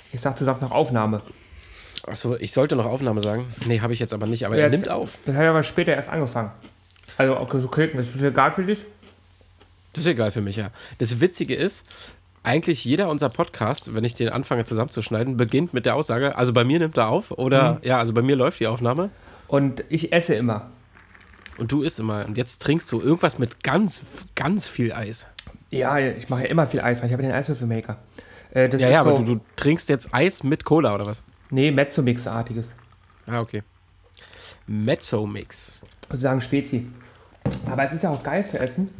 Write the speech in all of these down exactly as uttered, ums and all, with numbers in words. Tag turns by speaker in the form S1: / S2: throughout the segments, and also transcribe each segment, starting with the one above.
S1: Ich sag, du sagst noch Aufnahme.
S2: Achso, ich sollte noch Aufnahme sagen. Nee, habe ich jetzt aber nicht, aber jetzt, er nimmt auf.
S1: Das hat aber später erst angefangen. Also, okay, so klicken, das ist egal für dich?
S2: Das ist egal für mich, ja. Das Witzige ist, eigentlich jeder unser Podcast, wenn ich den anfange zusammenzuschneiden, beginnt mit der Aussage, also bei mir nimmt er auf oder, mhm. ja, also bei mir läuft die Aufnahme.
S1: Und ich esse immer.
S2: Und du isst immer. Und jetzt trinkst du irgendwas mit ganz, ganz viel Eis.
S1: Ja, ich mache ja immer viel Eis rein. Ich habe den Eiswürfelmaker.
S2: Äh, das ja, ist ja, so, aber du, du trinkst jetzt Eis mit Cola oder was?
S1: Nee, Mezzo-Mix-artiges.
S2: Ah, okay. Mezzo-Mix.
S1: Also sagen Spezi. Aber es ist ja auch geil zu essen.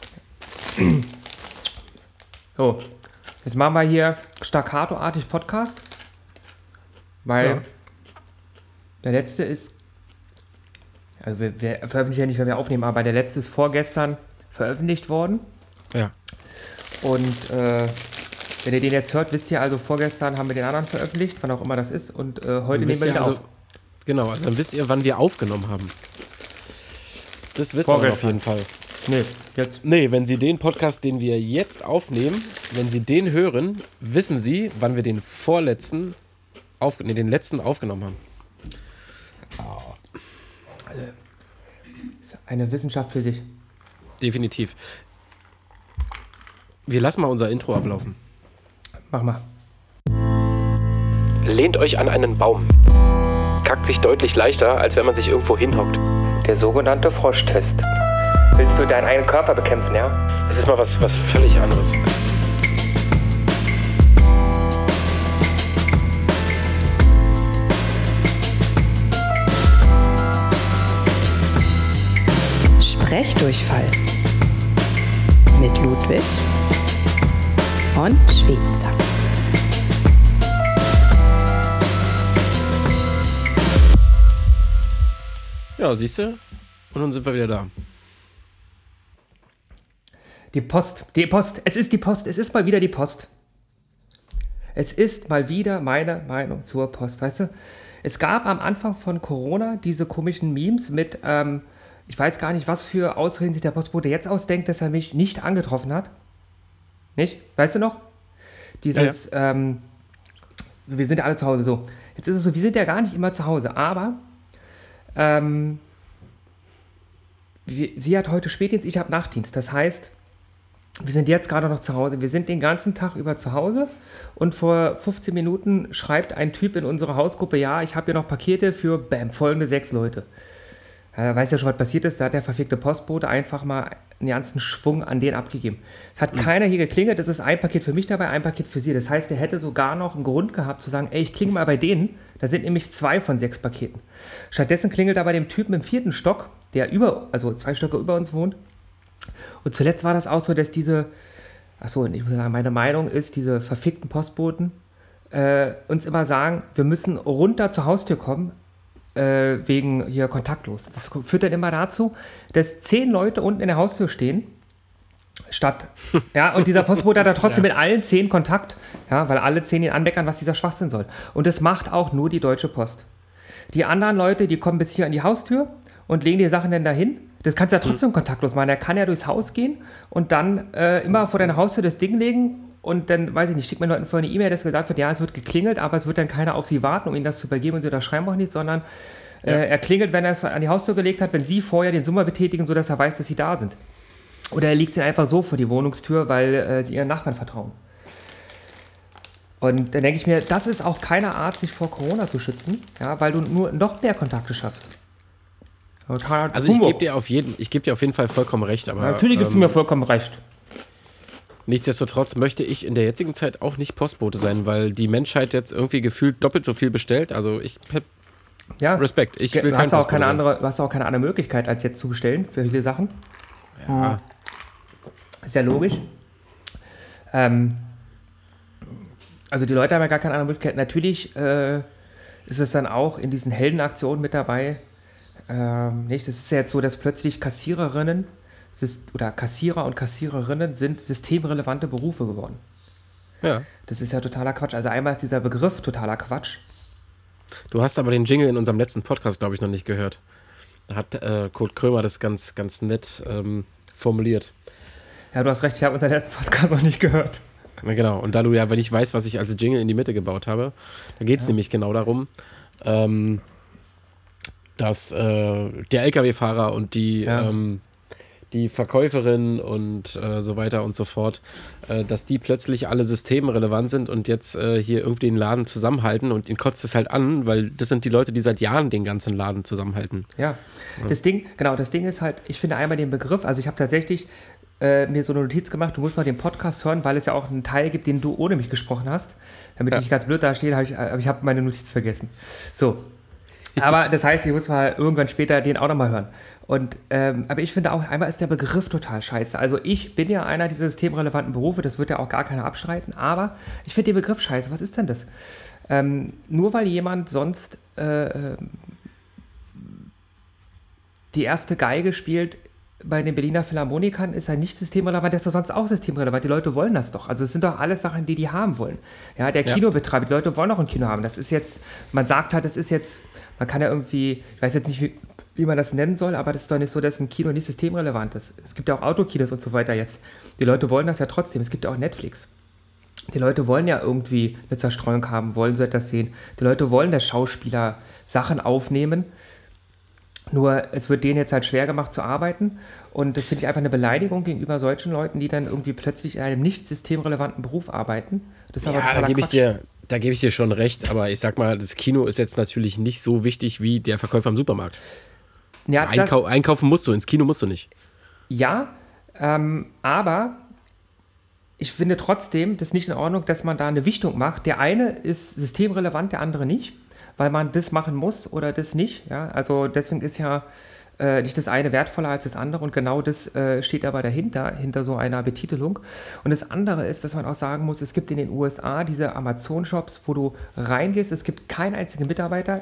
S1: So, jetzt machen wir hier staccato-artig Podcast. Weil ja. der letzte ist, also wir, wir veröffentlichen ja nicht, wenn wir aufnehmen, aber der letzte ist vorgestern veröffentlicht worden.
S2: Ja.
S1: Und äh, wenn ihr den jetzt hört, wisst ihr also, vorgestern haben wir den anderen veröffentlicht, wann auch immer das ist. Und äh, heute nehmen wir wieder
S2: also,
S1: auf.
S2: Genau, also dann wisst ihr, wann wir aufgenommen haben. Das wisst ihr auf jeden Fall.
S1: Nee, jetzt.
S2: Nee, wenn Sie den Podcast, den wir jetzt aufnehmen, wenn Sie den hören, wissen Sie, wann wir den vorletzten, auf, nee, den letzten aufgenommen haben.
S1: Oh. Also, ist eine Wissenschaft für sich.
S2: Definitiv. Wir lassen mal unser Intro ablaufen.
S1: Mach mal.
S2: Lehnt euch an einen Baum. Kackt sich deutlich leichter, als wenn man sich irgendwo hinhockt.
S1: Der sogenannte Froschtest. Willst du deinen eigenen Körper bekämpfen, ja?
S2: Das ist mal was, was völlig anderes.
S3: Sprechdurchfall mit Ludwig und Schweizer.
S2: Ja, siehst du? Und nun sind wir wieder da.
S1: Die Post, die Post, es ist die Post, es ist mal wieder die Post. Es ist mal wieder meine Meinung zur Post, weißt du? Es gab am Anfang von Corona diese komischen Memes mit, ähm, ich weiß gar nicht, was für Ausreden sich der Postbote jetzt ausdenkt, dass er mich nicht angetroffen hat. Nicht? Weißt du noch? Dieses, ja, ja. Ähm, so, wir sind ja alle zu Hause, so. Jetzt ist es so, wir sind ja gar nicht immer zu Hause, aber ähm, wir, sie hat heute Spätdienst, ich habe Nachtdienst, das heißt, wir sind jetzt gerade noch zu Hause. Wir sind den ganzen Tag über zu Hause und vor fünfzehn Minuten schreibt ein Typ in unsere Hausgruppe, ja, ich habe hier noch Pakete für, bam, folgende sechs Leute. Er weiß ja schon, was passiert ist. Da hat der verfickte Postbote einfach mal einen ganzen Schwung an den abgegeben. Es hat mhm. keiner hier geklingelt. Es ist ein Paket für mich dabei, ein Paket für sie. Das heißt, er hätte sogar noch einen Grund gehabt zu sagen, ey, ich klinge mal bei denen. Da sind nämlich zwei von sechs Paketen. Stattdessen klingelt er bei dem Typen im vierten Stock, der über, also zwei Stöcke über uns wohnt. Und zuletzt war das auch so, dass diese, achso, ich muss sagen, meine Meinung ist, diese verfickten Postboten äh, uns immer sagen, wir müssen runter zur Haustür kommen, äh, wegen hier kontaktlos. Das führt dann immer dazu, dass zehn Leute unten in der Haustür stehen, statt, ja, und dieser Postbote hat da trotzdem ja. mit allen zehn Kontakt, ja, weil alle zehn ihn anmeckern, was dieser Schwachsinn soll. Und das macht auch nur die Deutsche Post. Die anderen Leute, die kommen bis hier an die Haustür und legen die Sachen dann dahin. Das kannst du ja trotzdem kontaktlos machen. Er kann ja durchs Haus gehen und dann äh, immer vor deiner Haustür das Ding legen und dann, weiß ich nicht, schickt mir Leuten vorher eine E-Mail, dass gesagt wird, ja, es wird geklingelt, aber es wird dann keiner auf sie warten, um ihnen das zu übergeben und sie unterschreiben auch nicht, sondern äh, ja. er klingelt, wenn er es an die Haustür gelegt hat, wenn sie vorher den Summer betätigen, sodass er weiß, dass sie da sind. Oder er legt sie einfach so vor die Wohnungstür, weil äh, sie ihren Nachbarn vertrauen. Und dann denke ich mir, das ist auch keine Art, sich vor Corona zu schützen, ja, weil du nur noch mehr Kontakte schaffst.
S2: Also ich gebe dir, auf jeden, ich geb dir auf jeden Fall vollkommen recht. Aber,
S1: natürlich gibst ähm, du mir vollkommen recht.
S2: Nichtsdestotrotz möchte ich in der jetzigen Zeit auch nicht Postbote sein, weil die Menschheit jetzt irgendwie gefühlt doppelt so viel bestellt. Also ich habe
S1: ja,
S2: Respekt. Ich will
S1: du, hast auch keine andere, du hast auch keine andere Möglichkeit, als jetzt zu bestellen für viele Sachen.
S2: Ja.
S1: Ist ja logisch. Ähm, also die Leute haben ja gar keine andere Möglichkeit. Natürlich äh, ist es dann auch in diesen Heldenaktionen mit dabei. Ähm, nicht? Das ist ja jetzt so, dass plötzlich Kassiererinnen oder Kassierer und Kassiererinnen sind systemrelevante Berufe geworden.
S2: Ja.
S1: Das ist ja totaler Quatsch. Also einmal ist dieser Begriff totaler Quatsch.
S2: Du hast aber den Jingle in unserem letzten Podcast, glaube ich, noch nicht gehört. Da hat äh, Kurt Krömer das ganz, ganz nett ähm, formuliert.
S1: Ja, du hast recht, ich habe unseren letzten Podcast noch nicht gehört.
S2: Na genau, und da du ja, wenn ich weiß, was ich als Jingle in die Mitte gebaut habe, da geht es ja. nämlich genau darum, ähm, dass äh, der L K W-Fahrer und die, ja. ähm, die Verkäuferin und äh, so weiter und so fort, äh, dass die plötzlich alle systemrelevant sind und jetzt äh, hier irgendwie den Laden zusammenhalten und ihn kotzt es halt an, weil das sind die Leute, die seit Jahren den ganzen Laden zusammenhalten.
S1: Ja, ja. das Ding, genau, das Ding ist halt, ich finde einmal den Begriff, also ich habe tatsächlich äh, mir so eine Notiz gemacht, du musst noch den Podcast hören, weil es ja auch einen Teil gibt, den du ohne mich gesprochen hast. Damit ja. ich nicht ganz blöd dastehe, habe ich, aber ich habe meine Notiz vergessen. So. Aber das heißt, ich muss mal irgendwann später den auch nochmal hören. Und, ähm, aber ich finde auch, einmal ist der Begriff total scheiße. Also ich bin ja einer dieser systemrelevanten Berufe, das wird ja auch gar keiner abstreiten, aber ich finde den Begriff scheiße. Was ist denn das? Ähm, nur weil jemand sonst äh, die erste Geige spielt bei den Berliner Philharmonikern, ist er nicht systemrelevant, der ist doch sonst auch systemrelevant. Die Leute wollen das doch. Also es sind doch alles Sachen, die die haben wollen. Ja, der Kinobetreiber, die Leute wollen auch ein Kino haben. Das ist jetzt, man sagt halt, das ist jetzt, man kann ja irgendwie, ich weiß jetzt nicht, wie, wie man das nennen soll, aber das ist doch nicht so, dass ein Kino nicht systemrelevant ist. Es gibt ja auch Autokinos und so weiter jetzt. Die Leute wollen das ja trotzdem. Es gibt ja auch Netflix. Die Leute wollen ja irgendwie eine Zerstreuung haben, wollen so etwas sehen. Die Leute wollen, dass Schauspieler Sachen aufnehmen. Nur es wird denen jetzt halt schwer gemacht zu arbeiten und das finde ich einfach eine Beleidigung gegenüber solchen Leuten, die dann irgendwie plötzlich in einem nicht systemrelevanten Beruf arbeiten. Das ist aber
S2: ja, da gebe ich dir, da gebe ich dir schon recht, aber ich sag mal, das Kino ist jetzt natürlich nicht so wichtig wie der Verkäufer am Supermarkt. Ja, Einkau- das, einkaufen musst du, ins Kino musst du nicht.
S1: Ja, ähm, aber ich finde trotzdem, das ist nicht in Ordnung, dass man da eine Wichtung macht. Der eine ist systemrelevant, der andere nicht, weil man das machen muss oder das nicht. Ja? Also deswegen ist ja äh, nicht das eine wertvoller als das andere und genau das äh, steht aber dahinter, hinter so einer Betitelung. Und das andere ist, dass man auch sagen muss, es gibt in den U S A diese Amazon-Shops, wo du reingehst, es gibt keinen einzigen Mitarbeiter.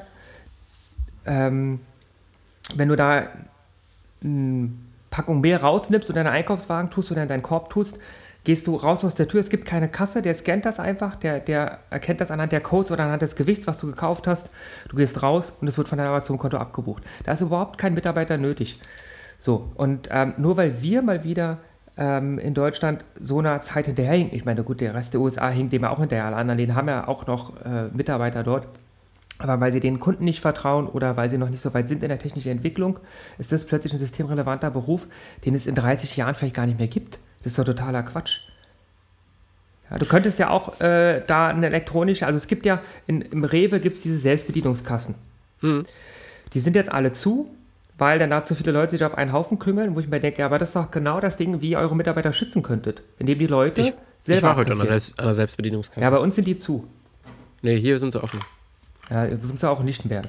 S1: Ähm, wenn du da eine Packung Mehl rausnimmst und in deinen Einkaufswagen tust oder in deinen Korb tust, gehst du raus aus der Tür, es gibt keine Kasse, der scannt das einfach, der, der erkennt das anhand der Codes oder anhand des Gewichts, was du gekauft hast. Du gehst raus und es wird von deinem Amazon-Konto abgebucht. Da ist überhaupt kein Mitarbeiter nötig. So, und ähm, nur weil wir mal wieder ähm, in Deutschland so einer Zeit hinterherhinken, ich meine, gut, der Rest der U S A hinkt dem ja auch hinterher, alle anderen, denen haben ja auch noch äh, Mitarbeiter dort, aber weil sie den Kunden nicht vertrauen oder weil sie noch nicht so weit sind in der technischen Entwicklung, ist das plötzlich ein systemrelevanter Beruf, den es in dreißig Jahren vielleicht gar nicht mehr gibt. Das ist doch totaler Quatsch. Ja, du könntest ja auch äh, da eine elektronische, also es gibt ja, in, im Rewe gibt es diese Selbstbedienungskassen. Mhm. Die sind jetzt alle zu, weil dann da zu viele Leute sich auf einen Haufen klüngeln, wo ich mir denke, ja, aber das ist doch genau das Ding, wie ihr eure Mitarbeiter schützen könntet, indem die Leute
S2: ich, selber Ich war heute an der, Selbst, an der Selbstbedienungskasse.
S1: Ja, bei uns sind die zu.
S2: Nee, hier sind sie offen.
S1: Ja, wir sind ja auch in Lichtenberg.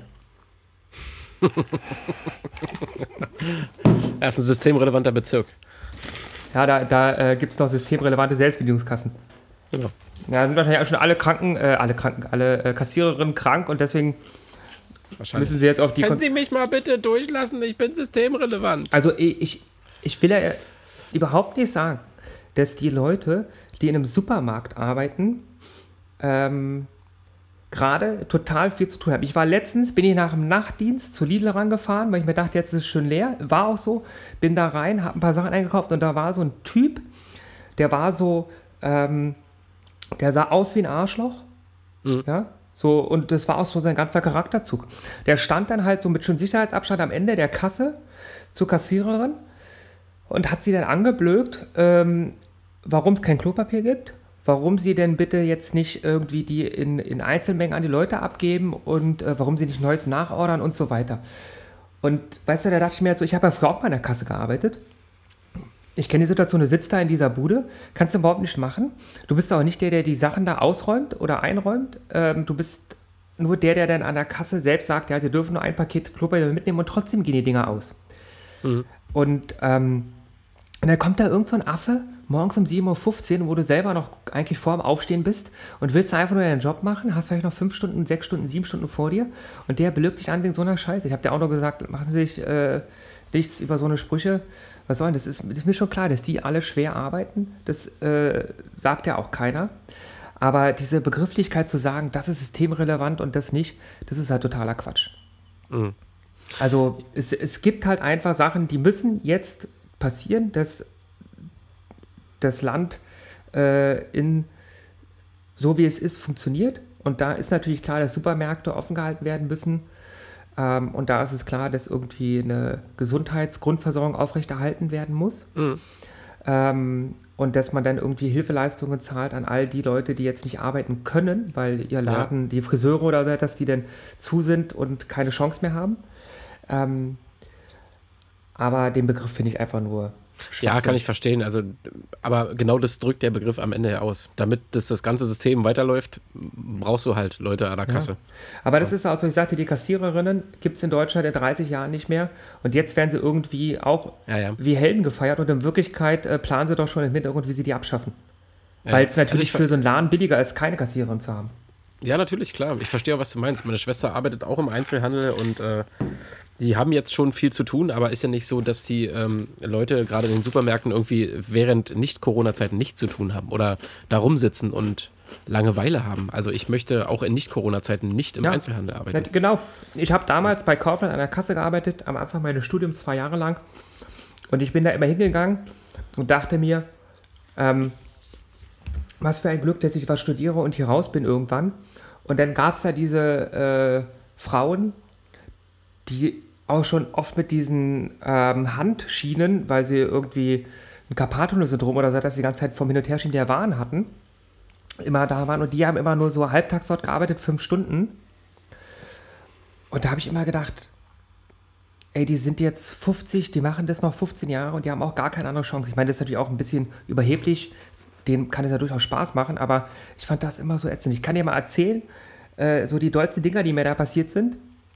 S2: Er ist ein systemrelevanter Bezirk.
S1: Ja, da, da äh, gibt es noch systemrelevante Selbstbedienungskassen. Genau. Ja, sind wahrscheinlich auch schon alle Kranken, äh, alle Kranken, alle äh, Kassiererinnen krank und deswegen müssen sie jetzt auf die...
S2: Können Kon- Sie mich mal bitte durchlassen? Ich bin systemrelevant.
S1: Also ich, ich will ja überhaupt nicht sagen, dass die Leute, die in einem Supermarkt arbeiten, ähm, gerade total viel zu tun haben. Ich war letztens, bin ich nach dem Nachtdienst zu Lidl rangefahren, weil ich mir dachte, jetzt ist es schön leer. War auch so. Bin da rein, habe ein paar Sachen eingekauft und da war so ein Typ, der war so, ähm, der sah aus wie ein Arschloch. Mhm. Ja, so, und das war auch so sein ganzer Charakterzug. Der stand dann halt so mit schön Sicherheitsabstand am Ende der Kasse zur Kassiererin und hat sie dann angeblökt, ähm, warum es kein Klopapier gibt. Warum sie denn bitte jetzt nicht irgendwie die in, in Einzelmengen an die Leute abgeben und äh, warum sie nicht Neues nachordern und so weiter. Und weißt du, da dachte ich mir halt so, ich habe ja früher auch mal in der Kasse gearbeitet. Ich kenne die Situation, du sitzt da in dieser Bude, kannst du überhaupt nicht machen. Du bist auch nicht der, der die Sachen da ausräumt oder einräumt. Ähm, du bist nur der, der dann an der Kasse selbst sagt, ja, sie dürfen nur ein Paket Klopapier mitnehmen und trotzdem gehen die Dinger aus. Mhm. Und, ähm, und dann kommt da irgend so ein Affe morgens um sieben Uhr fünfzehn, wo du selber noch eigentlich vor dem Aufstehen bist und willst einfach nur deinen Job machen, hast vielleicht noch fünf Stunden, sechs Stunden, sieben Stunden vor dir und der belügt dich an wegen so einer Scheiße. Ich habe dir auch noch gesagt, machen Sie sich äh, nichts über so eine Sprüche. Was soll denn das? Ist, das ist mir schon klar, dass die alle schwer arbeiten. Das äh, sagt ja auch keiner. Aber diese Begrifflichkeit zu sagen, das ist systemrelevant und das nicht, das ist halt totaler Quatsch. Mhm. Also es, es gibt halt einfach Sachen, die müssen jetzt passieren, dass das Land äh, in so wie es ist, funktioniert. Und da ist natürlich klar, dass Supermärkte offen gehalten werden müssen. Ähm, und da ist es klar, dass irgendwie eine Gesundheitsgrundversorgung aufrechterhalten werden muss. Mhm. Ähm, und dass man dann irgendwie Hilfeleistungen zahlt an all die Leute, die jetzt nicht arbeiten können, weil ihr Laden, ja. die Friseure oder so, dass die dann zu sind und keine Chance mehr haben. Ähm, aber den Begriff finde ich einfach nur
S2: Ja, kann ich verstehen. Also, aber genau das drückt der Begriff am Ende ja aus. Damit das, das ganze System weiterläuft, brauchst du halt Leute an der Kasse.
S1: Ja. Aber das ja. ist auch so, ich sagte, die Kassiererinnen gibt es in Deutschland in dreißig Jahren nicht mehr. Und jetzt werden sie irgendwie auch ja, ja. wie Helden gefeiert. Und in Wirklichkeit äh, planen sie doch schon im Hintergrund, wie sie die abschaffen. Ja. Weil es natürlich also für so einen Laden billiger ist, keine Kassiererin zu haben.
S2: Ja, natürlich, klar. Ich verstehe auch, was du meinst. Meine Schwester arbeitet auch im Einzelhandel und äh, die haben jetzt schon viel zu tun, aber ist ja nicht so, dass die ähm, Leute gerade in den Supermärkten irgendwie während Nicht-Corona-Zeiten nichts zu tun haben oder da rumsitzen und Langeweile haben. Also ich möchte auch in Nicht-Corona-Zeiten nicht im ja, Einzelhandel arbeiten.
S1: Ja, genau. Ich habe damals bei Kaufland an der Kasse gearbeitet, am Anfang meines Studiums, zwei Jahre lang. Und ich bin da immer hingegangen und dachte mir, ähm, was für ein Glück, dass ich was studiere und hier raus bin irgendwann. Und dann gab es da diese äh, Frauen, die auch schon oft mit diesen ähm, Handschienen, weil sie irgendwie ein Carpal-Tunnel-Syndrom oder so, dass sie die ganze Zeit vom Hin- und Herschieben der Waren hatten, immer da waren. Und die haben immer nur so halbtags dort gearbeitet, fünf Stunden. Und da habe ich immer gedacht, ey, die sind jetzt fünfzig, die machen das noch fünfzehn Jahre und die haben auch gar keine andere Chance. Ich meine, das ist natürlich auch ein bisschen überheblich, denen kann es ja durchaus Spaß machen, aber ich fand das immer so ätzend. Ich kann dir mal erzählen, äh, so die dollsten Dinger, die mir da passiert sind.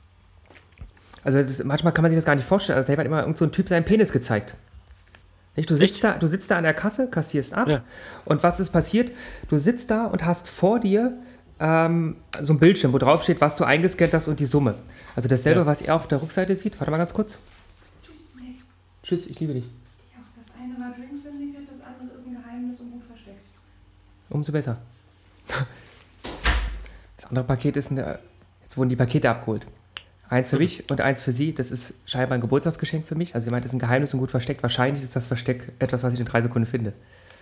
S1: Also das, manchmal kann man sich das gar nicht vorstellen. Also da hat immer irgend so ein Typ seinen Penis gezeigt. Nicht? Du, sitzt da, du sitzt da an der Kasse, kassierst ab ja. und was ist passiert? Du sitzt da und hast vor dir ähm, so ein Bildschirm, wo drauf steht, was du eingescannt hast und die Summe. Also dasselbe, ja. was er auf der Rückseite sieht. Warte mal ganz kurz. Tschüss, nee. Tschüss, ich liebe dich.
S4: Ja, das eine war Drink Syndicate, das andere ist ein Geheimnis und gut versteckt.
S1: Umso besser. Das andere Paket ist, eine, jetzt wurden die Pakete abgeholt. Eins für mhm. mich und eins für sie. Das ist scheinbar ein Geburtstagsgeschenk für mich. Also sie meint, das ist ein Geheimnis und gut versteckt. Wahrscheinlich ist das Versteck etwas, was ich in drei Sekunden finde.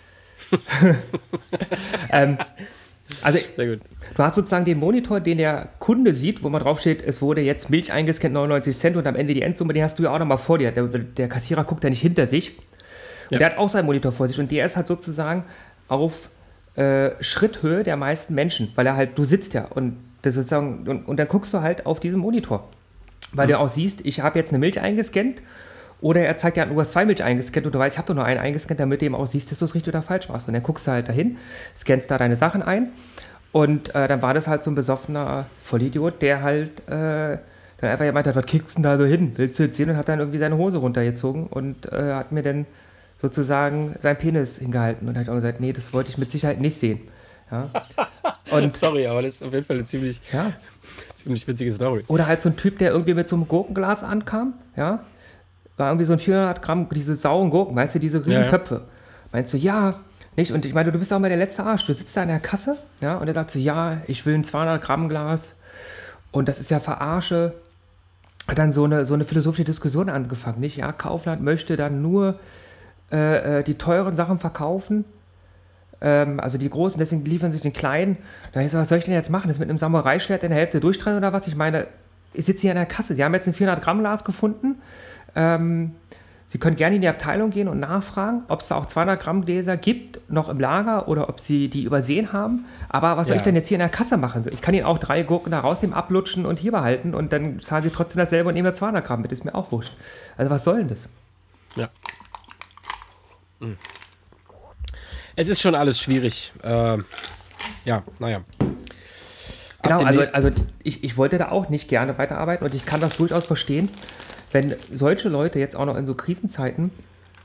S1: ähm, also Sehr gut. Du hast sozusagen den Monitor, den der Kunde sieht, wo man drauf steht, es wurde jetzt Milch eingescannt, neunundneunzig Cent und am Ende die Endsumme, den hast du ja auch nochmal vor dir. Der, der Kassierer guckt ja nicht hinter sich. Und ja. der hat auch seinen Monitor vor sich und der ist halt sozusagen auf äh, Schritthöhe der meisten Menschen, weil er halt, du sitzt ja und das sozusagen, und, und dann guckst du halt auf diesen Monitor, weil mhm. du auch siehst, ich habe jetzt eine Milch eingescannt oder er zeigt ja, du hast zwei Milch eingescannt und du weißt, ich habe doch nur einen eingescannt, damit du eben auch siehst, dass du es richtig oder falsch machst. Und dann guckst du halt dahin, scannst da deine Sachen ein und äh, dann war das halt so ein besoffener Vollidiot, der halt äh, dann einfach gemeint hat, was kriegst du denn da so hin? Willst du jetzt sehen? Und hat dann irgendwie seine Hose runtergezogen und äh, hat mir dann sozusagen seinen Penis hingehalten und hat auch gesagt, nee, das wollte ich mit Sicherheit nicht sehen. Ja. Und
S2: Sorry, aber das ist auf jeden Fall eine ziemlich,
S1: ja.
S2: ziemlich witzige Story.
S1: Oder halt so ein Typ, der irgendwie mit so einem Gurkenglas ankam, ja, war irgendwie so ein vierhundert Gramm, diese sauren Gurken, weißt du, diese riesen ja, ja. Töpfe. Meinst du, ja, nicht? Und ich meine, du bist auch mal der letzte Arsch. Du sitzt da an der Kasse, ja, und er sagt so, ja, ich will ein zweihundert Gramm Glas und das ist ja Verarsche. Hat dann so eine, so eine philosophische Diskussion angefangen, nicht? Ja, Kaufland möchte dann nur äh, die teuren Sachen verkaufen, ähm, also die großen, deswegen liefern sich den kleinen. Da ist so, was soll ich denn jetzt machen? Das mit einem Samurai-Schwert in der Hälfte durchtrennen oder was? Ich meine, ich sitze hier an der Kasse. Sie haben jetzt ein vierhundert Gramm Glas gefunden. Ähm, Sie können gerne in die Abteilung gehen und nachfragen, ob es da auch zweihundert Gramm Gläser gibt, noch im Lager, oder ob Sie die übersehen haben. Aber was soll ja. ich denn jetzt hier in der Kasse machen? Ich kann Ihnen auch drei Gurken da rausnehmen, ablutschen und hier behalten und dann zahlen Sie trotzdem dasselbe und nehmen da zweihundert Gramm mit. Ist mir auch wurscht. Also was soll denn das?
S2: Ja. Hm. Es ist schon alles schwierig. Äh, ja, naja.
S1: Genau, also, also ich, ich wollte da auch nicht gerne weiterarbeiten und ich kann das durchaus verstehen, wenn solche Leute jetzt auch noch in so Krisenzeiten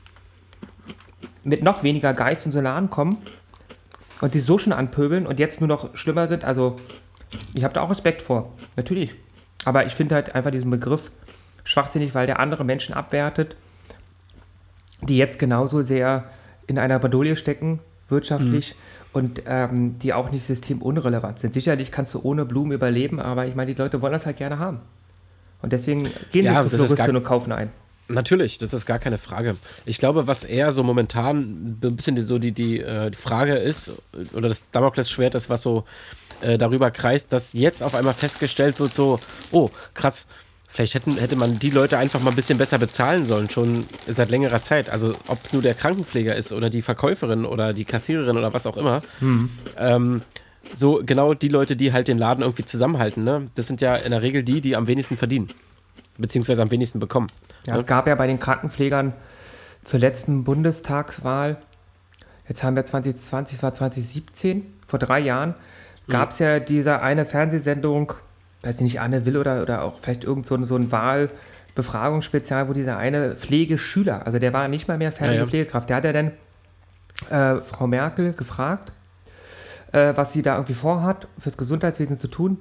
S1: mit noch weniger Geist in so einen Laden kommen und die so schon anpöbeln und jetzt nur noch schlimmer sind. Also ich habe da auch Respekt vor, natürlich. Aber ich finde halt einfach diesen Begriff schwachsinnig, weil der andere Menschen abwertet, die jetzt genauso sehr in einer Bredouille stecken, wirtschaftlich, mhm. und ähm, die auch nicht systemunrelevant sind. Sicherlich kannst du ohne Blumen überleben, aber ich meine, die Leute wollen das halt gerne haben. Und deswegen gehen
S2: ja,
S1: sie zu Floristinnen und kaufen ein.
S2: Natürlich, das ist gar keine Frage. Ich glaube, was eher so momentan ein bisschen die, so die, die, äh, die Frage ist, oder das Damoklesschwert ist, was so äh, darüber kreist, dass jetzt auf einmal festgestellt wird, so, oh, krass, vielleicht hätten, hätte man die Leute einfach mal ein bisschen besser bezahlen sollen, schon seit längerer Zeit. Also ob es nur der Krankenpfleger ist oder die Verkäuferin oder die Kassiererin oder was auch immer. Mhm. Ähm, so genau die Leute, die halt den Laden irgendwie zusammenhalten, ne? Das sind ja in der Regel die, die am wenigsten verdienen. Beziehungsweise am wenigsten bekommen.
S1: Ja, es gab ja bei den Krankenpflegern zur letzten Bundestagswahl, jetzt haben wir zwanzig zwanzig, es war zwanzig siebzehn, vor drei Jahren, gab es mhm. ja diese eine Fernsehsendung, weiß ich nicht, Anne Will oder, oder auch vielleicht irgend so ein, so ein Wahlbefragungsspezial, wo dieser eine Pflegeschüler, also der war nicht mal mehr fertige ja, ja. Pflegekraft, der hat ja dann äh, Frau Merkel gefragt, äh, was sie da irgendwie vorhat, fürs Gesundheitswesen zu tun.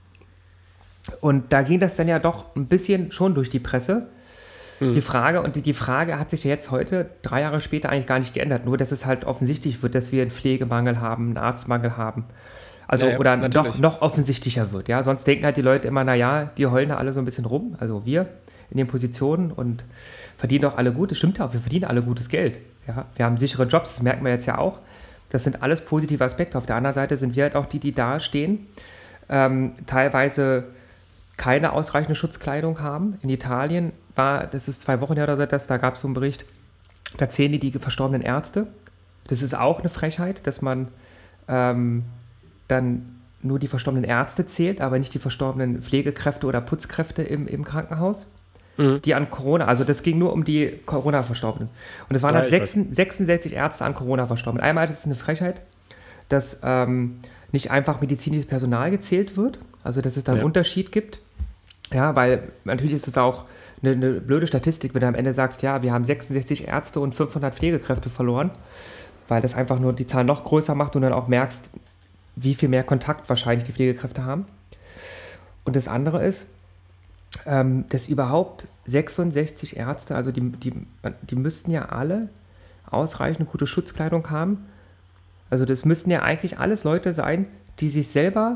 S1: Und da ging das dann ja doch ein bisschen schon durch die Presse, hm. die Frage. Und die, die Frage hat sich ja jetzt heute, drei Jahre später, eigentlich gar nicht geändert. Nur, dass es halt offensichtlich wird, dass wir einen Pflegemangel haben, einen Arztmangel haben. Also, ja, ja, oder noch, noch offensichtlicher wird. Ja? Sonst denken halt die Leute immer, naja, die heulen da alle so ein bisschen rum. Also wir in den Positionen und verdienen auch alle gut. Das stimmt ja auch, wir verdienen alle gutes Geld. Ja? Wir haben sichere Jobs, das merken wir jetzt ja auch. Das sind alles positive Aspekte. Auf der anderen Seite sind wir halt auch die, die da stehen, ähm, teilweise keine ausreichende Schutzkleidung haben. In Italien war, das ist zwei Wochen her oder so, das, da gab es so einen Bericht, da zählen die die verstorbenen Ärzte. Das ist auch eine Frechheit, dass man ähm, dann nur die verstorbenen Ärzte zählt, aber nicht die verstorbenen Pflegekräfte oder Putzkräfte im, im Krankenhaus, mhm. die an Corona, also das ging nur um die Corona-Verstorbenen. Und es waren ja, halt sechsundsechzig Ärzte an Corona verstorben. Einmal ist es eine Frechheit, dass ähm, nicht einfach medizinisches Personal gezählt wird, also dass es da einen ja. Unterschied gibt. Ja, weil natürlich ist es auch eine, eine blöde Statistik, wenn du am Ende sagst, ja, wir haben sechsundsechzig Ärzte und fünfhundert Pflegekräfte verloren, weil das einfach nur die Zahl noch größer macht und dann auch merkst, wie viel mehr Kontakt wahrscheinlich die Pflegekräfte haben. Und das andere ist, ähm, dass überhaupt sechsundsechzig Ärzte, also die, die, die müssten ja alle ausreichend gute Schutzkleidung haben. Also das müssten ja eigentlich alles Leute sein, die sich selber